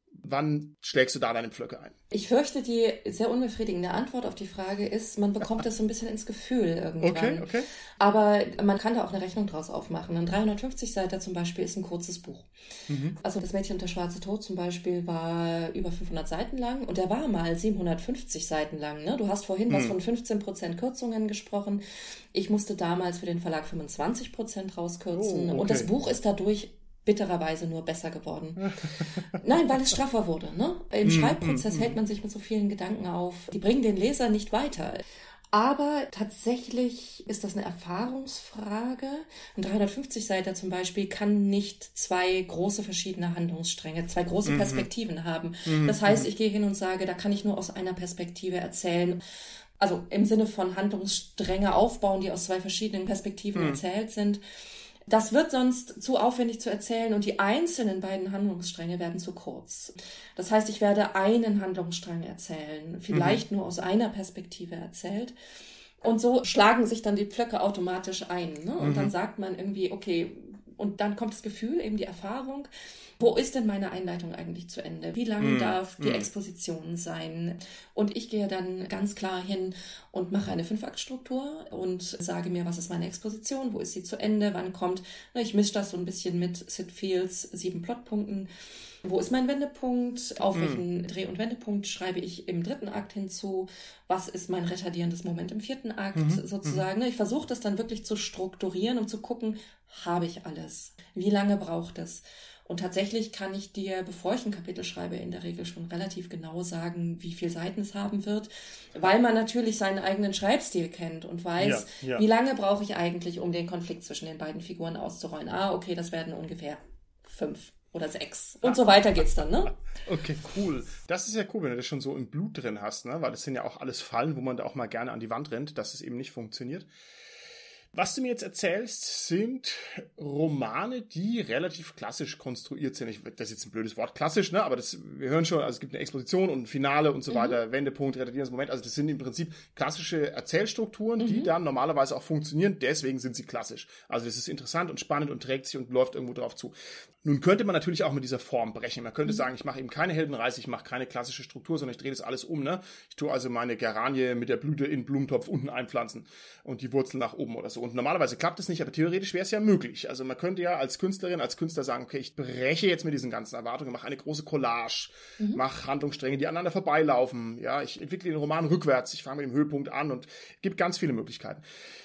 A: wann schlägst du da deine Pflöcke ein?
B: Ich fürchte, die sehr unbefriedigende Antwort auf die Frage ist, man bekommt das so ein bisschen ins Gefühl irgendwann.
A: Okay, okay.
B: Aber man kann da auch eine Rechnung draus aufmachen. Ein dreihundertfünfzig Seiten zum Beispiel ist ein kurzes Buch. Mhm. Also das Mädchen und der schwarze Tod zum Beispiel war über fünfhundert Seiten lang und der war mal siebenhundertfünfzig Seiten lang. Ne? Du hast vorhin mhm. was von fünfzehn Prozent Kürzungen gesprochen. Ich musste damals für den Verlag fünfundzwanzig Prozent rauskürzen. Oh, okay. Und das Buch ist dadurch bittererweise nur besser geworden. Nein, weil es straffer wurde. Ne? Im Schreibprozess hält man sich mit so vielen Gedanken auf. Die bringen den Leser nicht weiter. Aber tatsächlich ist das eine Erfahrungsfrage. Ein dreihundertfünfzig Seiten zum Beispiel kann nicht zwei große verschiedene Handlungsstränge, zwei große Perspektiven mhm. haben. Das heißt, ich gehe hin und sage, da kann ich nur aus einer Perspektive erzählen. Also im Sinne von Handlungsstränge aufbauen, die aus zwei verschiedenen Perspektiven mhm. erzählt sind. Das wird sonst zu aufwendig zu erzählen und die einzelnen beiden Handlungsstränge werden zu kurz. Das heißt, ich werde einen Handlungsstrang erzählen, vielleicht mhm. nur aus einer Perspektive erzählt. Und so schlagen sich dann die Pflöcke automatisch ein. Ne? Und mhm. dann sagt man irgendwie, okay, und dann kommt das Gefühl, eben die Erfahrung, wo ist denn meine Einleitung eigentlich zu Ende? Wie lang mm, darf die mm. Exposition sein? Und ich gehe dann ganz klar hin und mache eine Fünf-Akt-Struktur und sage mir, was ist meine Exposition? Wo ist sie zu Ende? Wann kommt? Ich mische das so ein bisschen mit Sid Fields sieben Plotpunkten. Wo ist mein Wendepunkt? Auf mm. welchen Dreh- und Wendepunkt schreibe ich im dritten Akt hinzu? Was ist mein retardierendes Moment im vierten Akt mm-hmm. sozusagen? Mm-hmm. Ich versuche das dann wirklich zu strukturieren und zu gucken, habe ich alles? Wie lange braucht es? Und tatsächlich kann ich dir, bevor ich ein Kapitel schreibe, in der Regel schon relativ genau sagen, wie viele Seiten es haben wird, weil man natürlich seinen eigenen Schreibstil kennt und weiß,
A: ja, ja.
B: wie lange brauche ich eigentlich, um den Konflikt zwischen den beiden Figuren auszurollen. Ah, okay, das werden ungefähr fünf oder sechs. Und so weiter geht's dann, ne?
A: Okay, cool. Das ist ja cool, wenn du das schon so im Blut drin hast, ne? Weil das sind ja auch alles Fallen, wo man da auch mal gerne an die Wand rennt, dass es eben nicht funktioniert. Was du mir jetzt erzählst, sind Romane, die relativ klassisch konstruiert sind. Ich, das ist jetzt ein blödes Wort, klassisch, ne? Aber das, wir hören schon, also es gibt eine Exposition und ein Finale und so mhm. weiter, Wendepunkt, redaktioniertes Moment. Also das sind im Prinzip klassische Erzählstrukturen, mhm. die dann normalerweise auch funktionieren. Deswegen sind sie klassisch. Also das ist interessant und spannend und trägt sich und läuft irgendwo drauf zu. Nun könnte man natürlich auch mit dieser Form brechen. Man könnte mhm. sagen, ich mache eben keine Heldenreise, ich mache keine klassische Struktur, sondern ich drehe das alles um, ne? Ich tue also meine Geranie mit der Blüte in den Blumentopf unten einpflanzen und die Wurzeln nach oben oder so. Und normalerweise klappt es nicht, aber theoretisch wäre es ja möglich. Also man könnte ja als Künstlerin, als Künstler sagen, okay, ich breche jetzt mit diesen ganzen Erwartungen, mache eine große Collage, mhm. mache Handlungsstränge, die aneinander vorbeilaufen. Ja, ich entwickle den Roman rückwärts, ich fange mit dem Höhepunkt an und es gibt ganz viele Möglichkeiten.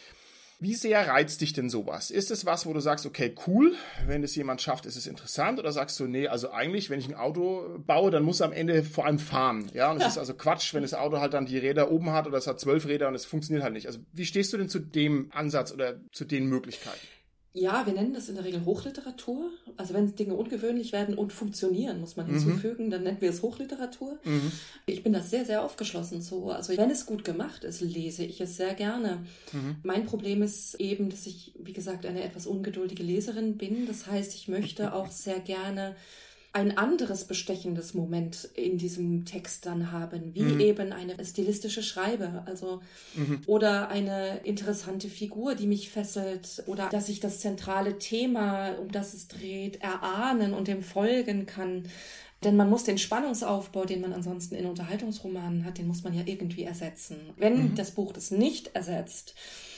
A: Wie sehr reizt dich denn sowas? Ist es was, wo du sagst, okay, cool, wenn das jemand schafft, ist es interessant? Oder sagst du, nee, also eigentlich, wenn ich ein Auto baue, dann muss es am Ende vor allem fahren. Ja, und es ja. ist also Quatsch, wenn das Auto halt dann die Räder oben hat oder es hat zwölf Räder und es funktioniert halt nicht. Also wie stehst du denn zu dem Ansatz oder zu den Möglichkeiten?
B: Ja, wir nennen das in der Regel Hochliteratur. Also wenn Dinge ungewöhnlich werden und funktionieren, muss man hinzufügen, mhm. dann nennen wir es Hochliteratur. Mhm. Ich bin da sehr, sehr aufgeschlossen zu. Also wenn es gut gemacht ist, lese ich es sehr gerne. Mhm. Mein Problem ist eben, dass ich, wie gesagt, eine etwas ungeduldige Leserin bin. Das heißt, ich möchte auch sehr gerne ein anderes bestechendes Moment in diesem Text dann haben, wie mhm. eben eine stilistische Schreibe, also mhm. oder eine interessante Figur, die mich fesselt, oder dass ich das zentrale Thema, um das es dreht, erahnen und dem folgen kann. Denn man muss den Spannungsaufbau, den man ansonsten in Unterhaltungsromanen hat, den muss man ja irgendwie ersetzen. Wenn mhm. das Buch das nicht ersetzt,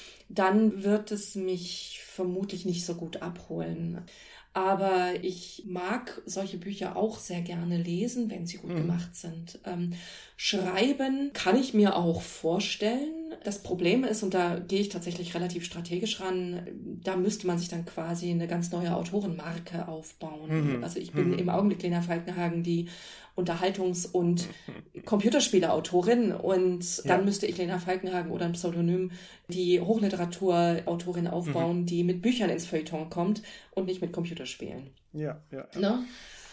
B: dann wird es mich vermutlich nicht so gut abholen. Aber ich mag solche Bücher auch sehr gerne lesen, wenn sie gut mhm. gemacht sind. Ähm, schreiben kann ich mir auch vorstellen. Das Problem ist, und da gehe ich tatsächlich relativ strategisch ran, da müsste man sich dann quasi eine ganz neue Autorenmarke aufbauen. Mhm. Also ich bin mhm. im Augenblick Lena Falkenhagen, die Unterhaltungs- und Computerspiele-Autorin, und ja. dann müsste ich Lena Falkenhagen oder ein Pseudonym die Hochliteratur-Autorin aufbauen, mhm. die mit Büchern ins Feuilleton kommt und nicht mit Computerspielen.
A: Ja, ja.
B: Ne?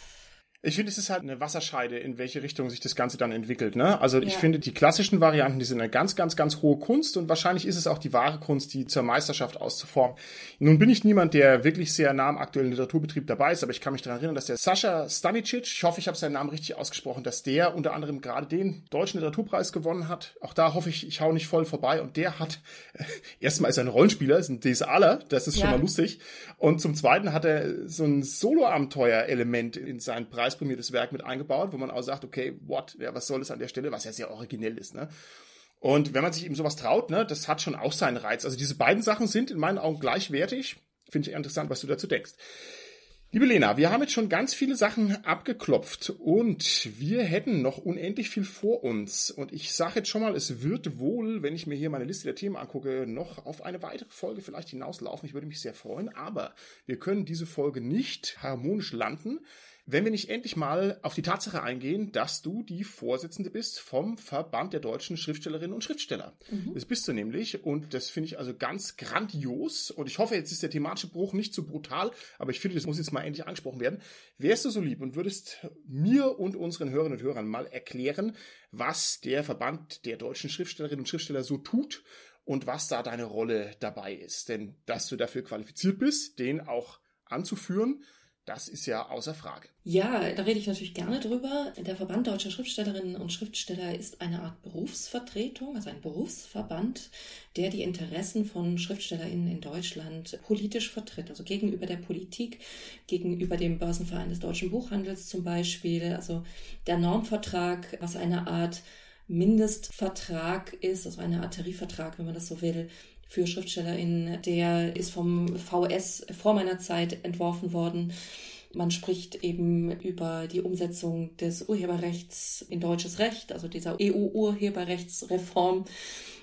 A: Ich finde, es ist halt eine Wasserscheide, in welche Richtung sich das Ganze dann entwickelt, ne? Also ich ja. finde, die klassischen Varianten, die sind eine ganz, ganz, ganz hohe Kunst, und wahrscheinlich ist es auch die wahre Kunst, die zur Meisterschaft auszuformen. Nun bin ich niemand, der wirklich sehr nah am aktuellen Literaturbetrieb dabei ist, aber ich kann mich daran erinnern, dass der Sascha Stanicic, ich hoffe, ich habe seinen Namen richtig ausgesprochen, dass der unter anderem gerade den Deutschen Literaturpreis gewonnen hat. Auch da hoffe ich, ich hau nicht voll vorbei, und der hat, äh, erstmal ist er ein Rollenspieler, ist ein DSAler, das ist ja. schon mal lustig, und zum Zweiten hat er so ein Solo-Abenteuer-Element in seinen Preis prämiertes Werk mit eingebaut, wo man auch sagt, okay, what, ja, was soll es an der Stelle, was ja sehr originell ist, ne? Und wenn man sich eben sowas traut, ne, das hat schon auch seinen Reiz. Also diese beiden Sachen sind in meinen Augen gleichwertig. Finde ich interessant, was du dazu denkst. Liebe Lena, wir haben jetzt schon ganz viele Sachen abgeklopft und wir hätten noch unendlich viel vor uns. Und ich sage jetzt schon mal, es wird wohl, wenn ich mir hier meine Liste der Themen angucke, noch auf eine weitere Folge vielleicht hinauslaufen. Ich würde mich sehr freuen, aber wir können diese Folge nicht harmonisch landen, wenn wir nicht endlich mal auf die Tatsache eingehen, dass du die Vorsitzende bist vom Verband der deutschen Schriftstellerinnen und Schriftsteller. Mhm. Das bist du nämlich, und das finde ich also ganz grandios, und ich hoffe, jetzt ist der thematische Bruch nicht zu brutal, aber ich finde, das muss jetzt mal endlich angesprochen werden. Wärst du so lieb und würdest mir und unseren Hörerinnen und Hörern mal erklären, was der Verband der deutschen Schriftstellerinnen und Schriftsteller so tut und was da deine Rolle dabei ist? Denn dass du dafür qualifiziert bist, den auch anzuführen, das ist ja außer Frage.
B: Ja, da rede ich natürlich gerne drüber. Der Verband Deutscher Schriftstellerinnen und Schriftsteller ist eine Art Berufsvertretung, also ein Berufsverband, der die Interessen von SchriftstellerInnen in Deutschland politisch vertritt. Also gegenüber der Politik, gegenüber dem Börsenverein des deutschen Buchhandels zum Beispiel. Also der Normvertrag, was eine Art Mindestvertrag ist, also eine Art Tarifvertrag, wenn man das so will, für SchriftstellerInnen, der ist vom V S vor meiner Zeit entworfen worden. Man spricht eben über die Umsetzung des Urheberrechts in deutsches Recht, also dieser E U-Urheberrechtsreform.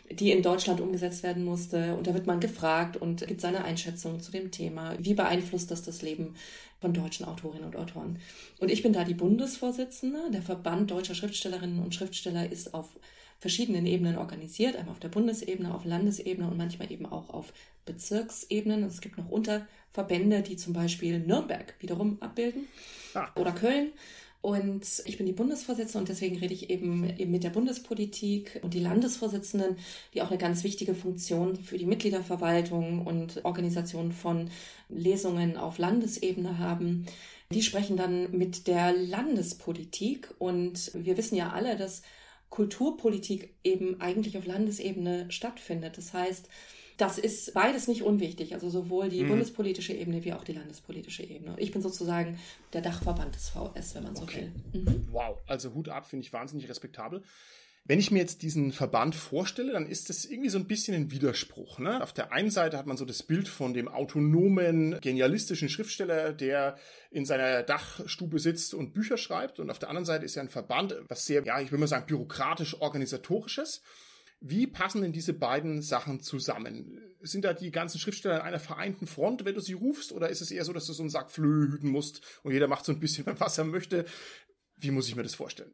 B: die in Deutschland umgesetzt werden musste. Und da wird man gefragt und gibt seine Einschätzung zu dem Thema. Wie beeinflusst das das Leben von deutschen Autorinnen und Autoren? Und ich bin da die Bundesvorsitzende. Der Verband deutscher Schriftstellerinnen und Schriftsteller ist auf verschiedenen Ebenen organisiert. Einmal auf der Bundesebene, auf Landesebene und manchmal eben auch auf Bezirksebenen. Es gibt noch Unterverbände, die zum Beispiel Nürnberg wiederum abbilden ah. oder Köln. Und ich bin die Bundesvorsitzende und deswegen rede ich eben, eben mit der Bundespolitik und die Landesvorsitzenden, die auch eine ganz wichtige Funktion für die Mitgliederverwaltung und Organisation von Lesungen auf Landesebene haben. Die sprechen dann mit der Landespolitik und wir wissen ja alle, dass Kulturpolitik eben eigentlich auf Landesebene stattfindet. Das heißt, das ist beides nicht unwichtig, also sowohl die mhm. bundespolitische Ebene wie auch die landespolitische Ebene. Ich bin sozusagen der Dachverband des V S, wenn man so
A: okay.
B: will. Mhm.
A: Wow, also Hut ab, finde ich wahnsinnig respektabel. Wenn ich mir jetzt diesen Verband vorstelle, dann ist das irgendwie so ein bisschen ein Widerspruch. Ne? Auf der einen Seite hat man so das Bild von dem autonomen, genialistischen Schriftsteller, der in seiner Dachstube sitzt und Bücher schreibt. Und auf der anderen Seite ist ja ein Verband, was sehr, ja, ich will mal sagen, bürokratisch-organisatorisches. Wie passen denn diese beiden Sachen zusammen? Sind da die ganzen Schriftsteller in einer vereinten Front, wenn du sie rufst? Oder ist es eher so, dass du so einen Sack Flöhe hüten musst und jeder macht so ein bisschen, was er möchte? Wie muss ich mir das vorstellen?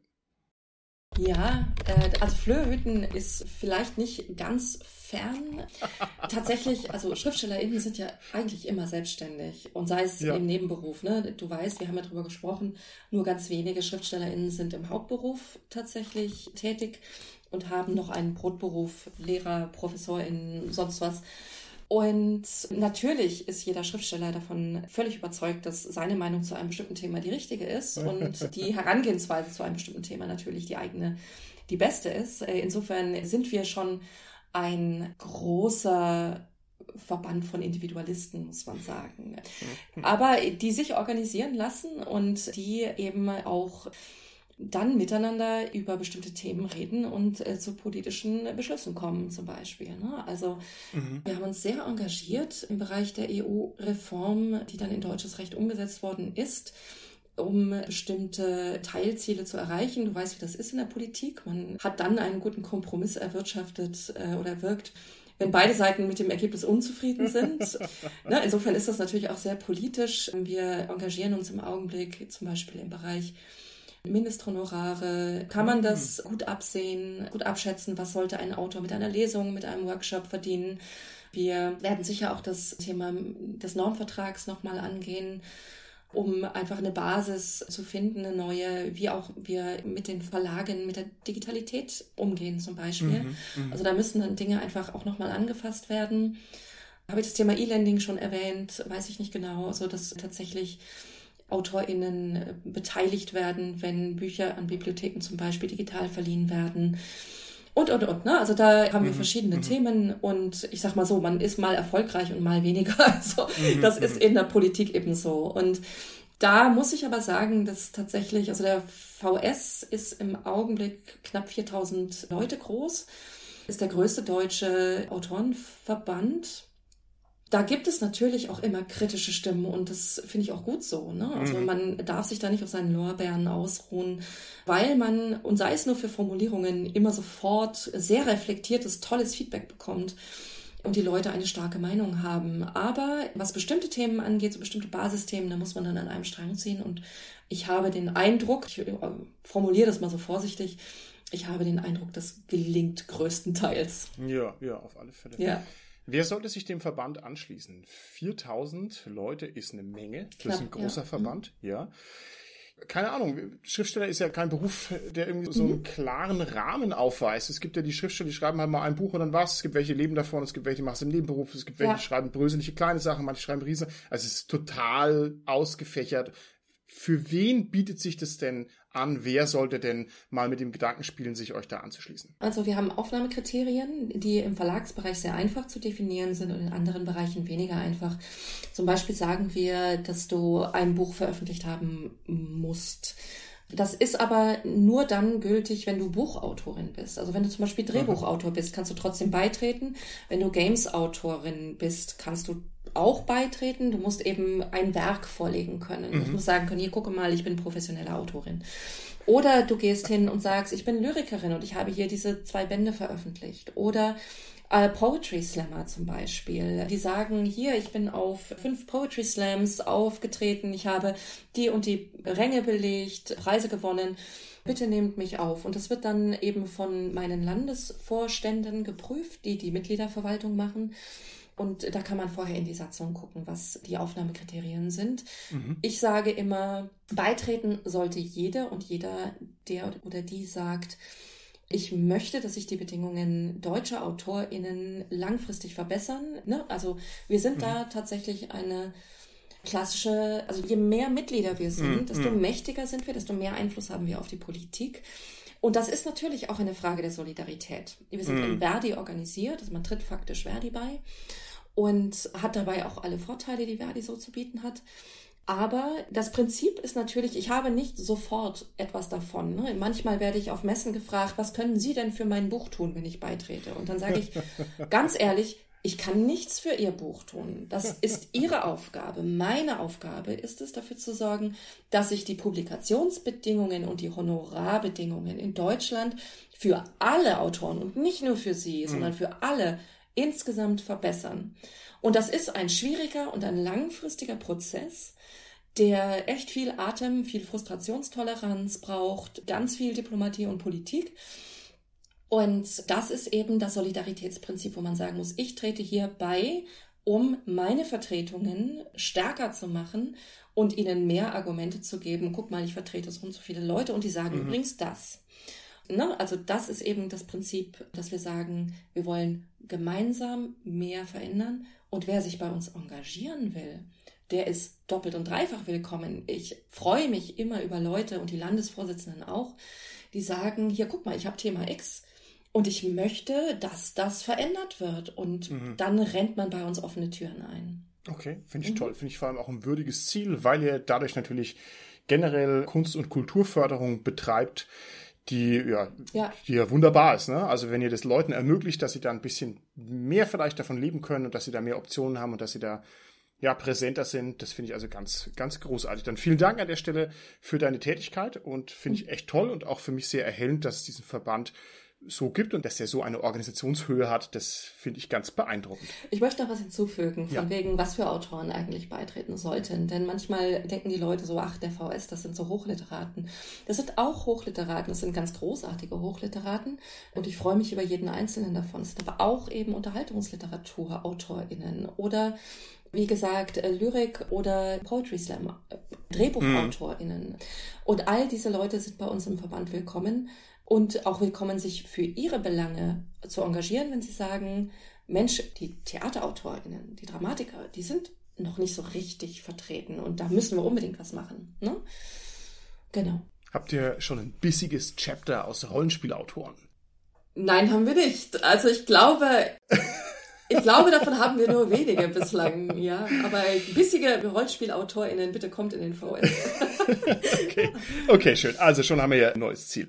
B: Ja, äh, also Flöhüten ist vielleicht nicht ganz fern. Tatsächlich, also SchriftstellerInnen sind ja eigentlich immer selbstständig und sei es ja. im Nebenberuf. Ne? Du weißt, wir haben ja drüber gesprochen, nur ganz wenige SchriftstellerInnen sind im Hauptberuf tatsächlich tätig und haben noch einen Brotberuf, Lehrer, ProfessorInnen, sonst was. Und natürlich ist jeder Schriftsteller davon völlig überzeugt, dass seine Meinung zu einem bestimmten Thema die richtige ist und die Herangehensweise zu einem bestimmten Thema natürlich die eigene, die beste ist. Insofern sind wir schon ein großer Verband von Individualisten, muss man sagen. Aber die sich organisieren lassen und die eben auch dann miteinander über bestimmte Themen reden und äh, zu politischen Beschlüssen kommen zum Beispiel. Ne? Also mhm. wir haben uns sehr engagiert im Bereich der E U-Reform, die dann in deutsches Recht umgesetzt worden ist, um bestimmte Teilziele zu erreichen. Du weißt, wie das ist in der Politik. Man hat dann einen guten Kompromiss erwirtschaftet äh, oder erwirkt, wenn beide Seiten mit dem Ergebnis unzufrieden sind. Ne? Insofern ist das natürlich auch sehr politisch. Wir engagieren uns im Augenblick zum Beispiel im Bereich Mindesthonorare. Kann man das gut absehen, gut abschätzen? Was sollte ein Autor mit einer Lesung, mit einem Workshop verdienen? Wir werden sicher auch das Thema des Normvertrags nochmal angehen, um einfach eine Basis zu finden, eine neue, wie auch wir mit den Verlagen, mit der Digitalität umgehen zum Beispiel. Mhm, also da müssen dann Dinge einfach auch nochmal angefasst werden. Habe ich das Thema E-Lending schon erwähnt? Weiß ich nicht genau. Also dass tatsächlich AutorInnen beteiligt werden, wenn Bücher an Bibliotheken zum Beispiel digital verliehen werden. Und, und, und. Ne? Also da haben wir mhm. verschiedene mhm. Themen und ich sag mal so, man ist mal erfolgreich und mal weniger. Also mhm. das ist in der Politik eben so. Und da muss ich aber sagen, dass tatsächlich, also der V S ist im Augenblick knapp viertausend Leute groß, ist der größte deutsche Autorenverband. Da gibt es natürlich auch immer kritische Stimmen und das finde ich auch gut so. Ne? Also mhm. man darf sich da nicht auf seinen Lorbeeren ausruhen, weil man, und sei es nur für Formulierungen, immer sofort sehr reflektiertes, tolles Feedback bekommt und die Leute eine starke Meinung haben. Aber was bestimmte Themen angeht, so bestimmte Basisthemen, da muss man dann an einem Strang ziehen und ich habe den Eindruck, ich formuliere das mal so vorsichtig, ich habe den Eindruck, das gelingt größtenteils.
A: Ja, ja, auf alle Fälle.
B: Ja.
A: Wer sollte sich dem Verband anschließen? viertausend Leute ist eine Menge. Das Knapp, ist ein großer ja. Verband, mhm. ja. Keine Ahnung, Schriftsteller ist ja kein Beruf, der irgendwie so einen mhm. klaren Rahmen aufweist. Es gibt ja die Schriftsteller, die schreiben halt mal ein Buch und dann was. Es gibt welche, die leben davon, es gibt welche, die machen es im Nebenberuf, es gibt welche, ja. die schreiben bröseliche kleine Sachen, manche schreiben riesen. Also es ist total ausgefächert. Für wen bietet sich das denn an? Wer sollte denn mal mit dem Gedanken spielen, sich euch da anzuschließen?
B: Also wir haben Aufnahmekriterien, die im Verlagsbereich sehr einfach zu definieren sind und in anderen Bereichen weniger einfach. Zum Beispiel sagen wir, dass du ein Buch veröffentlicht haben musst. Das ist aber nur dann gültig, wenn du Buchautorin bist. Also wenn du zum Beispiel Drehbuchautor bist, kannst du trotzdem beitreten. Wenn du Games-Autorin bist, kannst du auch beitreten. Du musst eben ein Werk vorlegen können. Mhm. Ich muss sagen können, hier, gucke mal, ich bin professionelle Autorin. Oder du gehst hin und sagst, ich bin Lyrikerin und ich habe hier diese zwei Bände veröffentlicht. Oder äh, Poetry Slammer zum Beispiel. Die sagen, hier, ich bin auf fünf Poetry Slams aufgetreten, ich habe die und die Ränge belegt, Preise gewonnen. Bitte nehmt mich auf. Und das wird dann eben von meinen Landesvorständen geprüft, die die Mitgliederverwaltung machen. Und da kann man vorher in die Satzung gucken, was die Aufnahmekriterien sind. Mhm. Ich sage immer, beitreten sollte jeder und jeder, der oder die sagt, ich möchte, dass sich die Bedingungen deutscher AutorInnen langfristig verbessern. Ne? Also wir sind mhm. da tatsächlich eine klassische, also je mehr Mitglieder wir sind, mhm. desto mächtiger sind wir, desto mehr Einfluss haben wir auf die Politik. Und das ist natürlich auch eine Frage der Solidarität. Wir sind mhm. in Verdi organisiert, also man tritt faktisch Verdi bei und hat dabei auch alle Vorteile, die Verdi so zu bieten hat. Aber das Prinzip ist natürlich, ich habe nicht sofort etwas davon. Ne? Manchmal werde ich auf Messen gefragt, was können Sie denn für mein Buch tun, wenn ich beitrete? Und dann sage ich ganz ehrlich, ich kann nichts für Ihr Buch tun. Das ist Ihre Aufgabe. Meine Aufgabe ist es, dafür zu sorgen, dass sich die Publikationsbedingungen und die Honorarbedingungen in Deutschland für alle Autoren und nicht nur für Sie, mhm. sondern für alle insgesamt verbessern. Und das ist ein schwieriger und ein langfristiger Prozess, der echt viel Atem, viel Frustrationstoleranz braucht, ganz viel Diplomatie und Politik. Und das ist eben das Solidaritätsprinzip, wo man sagen muss, ich trete hier bei, um meine Vertretungen stärker zu machen und ihnen mehr Argumente zu geben. Guck mal, ich vertrete so und so viele Leute und die sagen mhm. übrigens das. Ne? Also das ist eben das Prinzip, dass wir sagen, wir wollen gemeinsam mehr verändern. Und wer sich bei uns engagieren will, der ist doppelt und dreifach willkommen. Ich freue mich immer über Leute und die Landesvorsitzenden auch, die sagen, hier, guck mal, ich habe Thema X und ich möchte, dass das verändert wird. Und mhm. dann rennt man bei uns offene Türen ein.
A: Okay, finde ich mhm. toll. Finde ich vor allem auch ein würdiges Ziel, weil ihr dadurch natürlich generell Kunst- und Kulturförderung betreibt, die ja, ja. die ja wunderbar ist. Ne? Also wenn ihr das Leuten ermöglicht, dass sie da ein bisschen mehr vielleicht davon leben können und dass sie da mehr Optionen haben und dass sie da ja präsenter sind, das finde ich also ganz, ganz großartig. Dann vielen Dank an der Stelle für deine Tätigkeit und finde ich echt toll und auch für mich sehr erhellend, dass es diesen Verband so gibt und dass er so eine Organisationshöhe hat, das finde ich ganz beeindruckend.
B: Ich möchte noch was hinzufügen, von
A: ja.
B: wegen, was für Autoren eigentlich beitreten sollten. Denn manchmal denken die Leute so, ach, der V S, das sind so Hochliteraten. Das sind auch Hochliteraten, das sind ganz großartige Hochliteraten und ich freue mich über jeden einzelnen davon. Es sind aber auch eben Unterhaltungsliteratur-AutorInnen oder wie gesagt, Lyrik oder Poetry Slam, DrehbuchautorInnen. Mhm. Und all diese Leute sind bei uns im Verband willkommen. Und auch willkommen, sich für ihre Belange zu engagieren, wenn sie sagen, Mensch, die TheaterautorInnen, die Dramatiker, die sind noch nicht so richtig vertreten und da müssen wir unbedingt was machen. Ne? Genau.
A: Habt ihr schon ein bissiges Chapter aus Rollenspielautoren?
B: Nein, haben wir nicht. Also ich glaube, ich glaube, davon haben wir nur wenige bislang, ja. Aber bissige RollenspielautorInnen, bitte kommt in den V S.
A: okay. okay, schön. Also schon haben wir ja ein neues Ziel.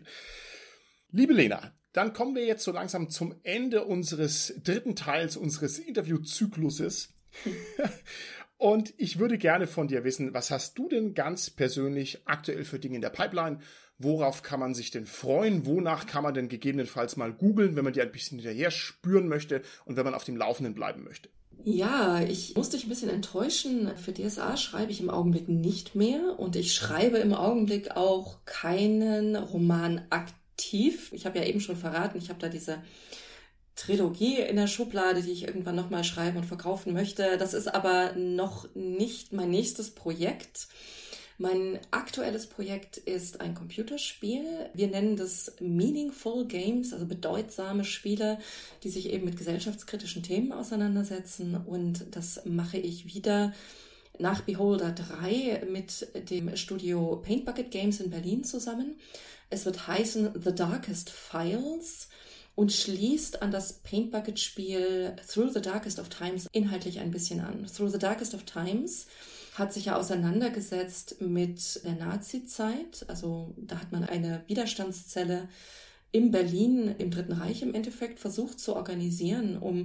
A: Liebe Lena, dann kommen wir jetzt so langsam zum Ende unseres dritten Teils unseres Interviewzykluses. Und ich würde gerne von dir wissen, was hast du denn ganz persönlich aktuell für Dinge in der Pipeline? Worauf kann man sich denn freuen? Wonach kann man denn gegebenenfalls mal googeln, wenn man dir ein bisschen hinterher spüren möchte und wenn man auf dem Laufenden bleiben möchte?
B: Ja, ich muss dich ein bisschen enttäuschen. Für D S A schreibe ich im Augenblick nicht mehr und ich schreibe im Augenblick auch keinen Roman aktiv. Ich habe ja eben schon verraten, ich habe da diese Trilogie in der Schublade, die ich irgendwann nochmal schreiben und verkaufen möchte. Das ist aber noch nicht mein nächstes Projekt. Mein aktuelles Projekt ist ein Computerspiel. Wir nennen das Meaningful Games, also bedeutsame Spiele, die sich eben mit gesellschaftskritischen Themen auseinandersetzen. Und das mache ich wieder nach Beholder drei mit dem Studio Paint Bucket Games in Berlin zusammen. Es wird heißen The Darkest Files und schließt an das Paint Bucket Spiel Through the Darkest of Times inhaltlich ein bisschen an. Through the Darkest of Times hat sich ja auseinandergesetzt mit der Nazi-Zeit. Also da hat man eine Widerstandszelle in Berlin im Dritten Reich im Endeffekt versucht zu organisieren, um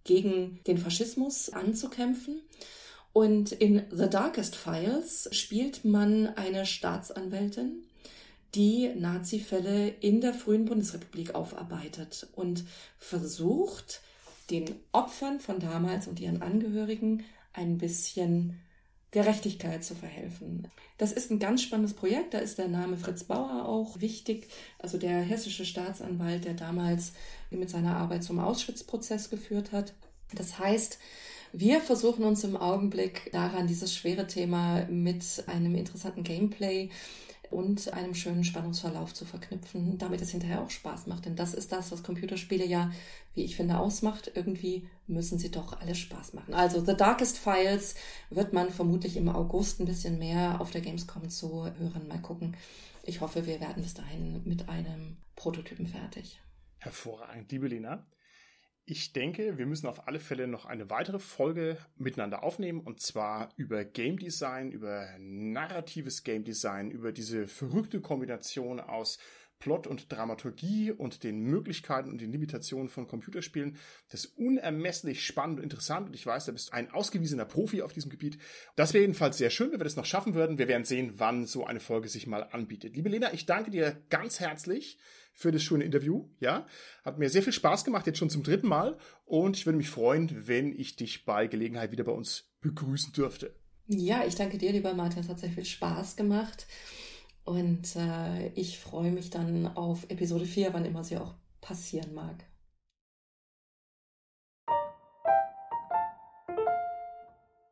B: gegen den Faschismus anzukämpfen. Und in The Darkest Files spielt man eine Staatsanwältin, die Nazi-Fälle in der frühen Bundesrepublik aufarbeitet und versucht, den Opfern von damals und ihren Angehörigen ein bisschen Gerechtigkeit zu verhelfen. Das ist ein ganz spannendes Projekt, da ist der Name Fritz Bauer auch wichtig, also der hessische Staatsanwalt, der damals mit seiner Arbeit zum Auschwitz-Prozess geführt hat. Das heißt, wir versuchen uns im Augenblick daran, dieses schwere Thema mit einem interessanten Gameplay und einem schönen Spannungsverlauf zu verknüpfen, damit es hinterher auch Spaß macht. Denn das ist das, was Computerspiele ja, wie ich finde, ausmacht. Irgendwie müssen sie doch alle Spaß machen. Also The Darkest Files wird man vermutlich im August ein bisschen mehr auf der Gamescom zu hören. Mal gucken. Ich hoffe, wir werden bis dahin mit einem Prototypen fertig.
A: Hervorragend, liebe Lena. Ich denke, wir müssen auf alle Fälle noch eine weitere Folge miteinander aufnehmen, und zwar über Game Design, über narratives Game Design, über diese verrückte Kombination aus Plot und Dramaturgie und den Möglichkeiten und den Limitationen von Computerspielen. Das ist unermesslich spannend und interessant, und ich weiß, da bist du ein ausgewiesener Profi auf diesem Gebiet. Das wäre jedenfalls sehr schön, wenn wir das noch schaffen würden. Wir werden sehen, wann so eine Folge sich mal anbietet. Liebe Lena, ich danke dir ganz herzlich für das schöne Interview. Ja, hat mir sehr viel Spaß gemacht, jetzt schon zum dritten Mal, und ich würde mich freuen, wenn ich dich bei Gelegenheit wieder bei uns begrüßen dürfte.
B: Ja, ich danke dir, lieber Martin. Es hat sehr viel Spaß gemacht. Und äh, ich freue mich dann auf Episode vier, wann immer sie auch passieren mag.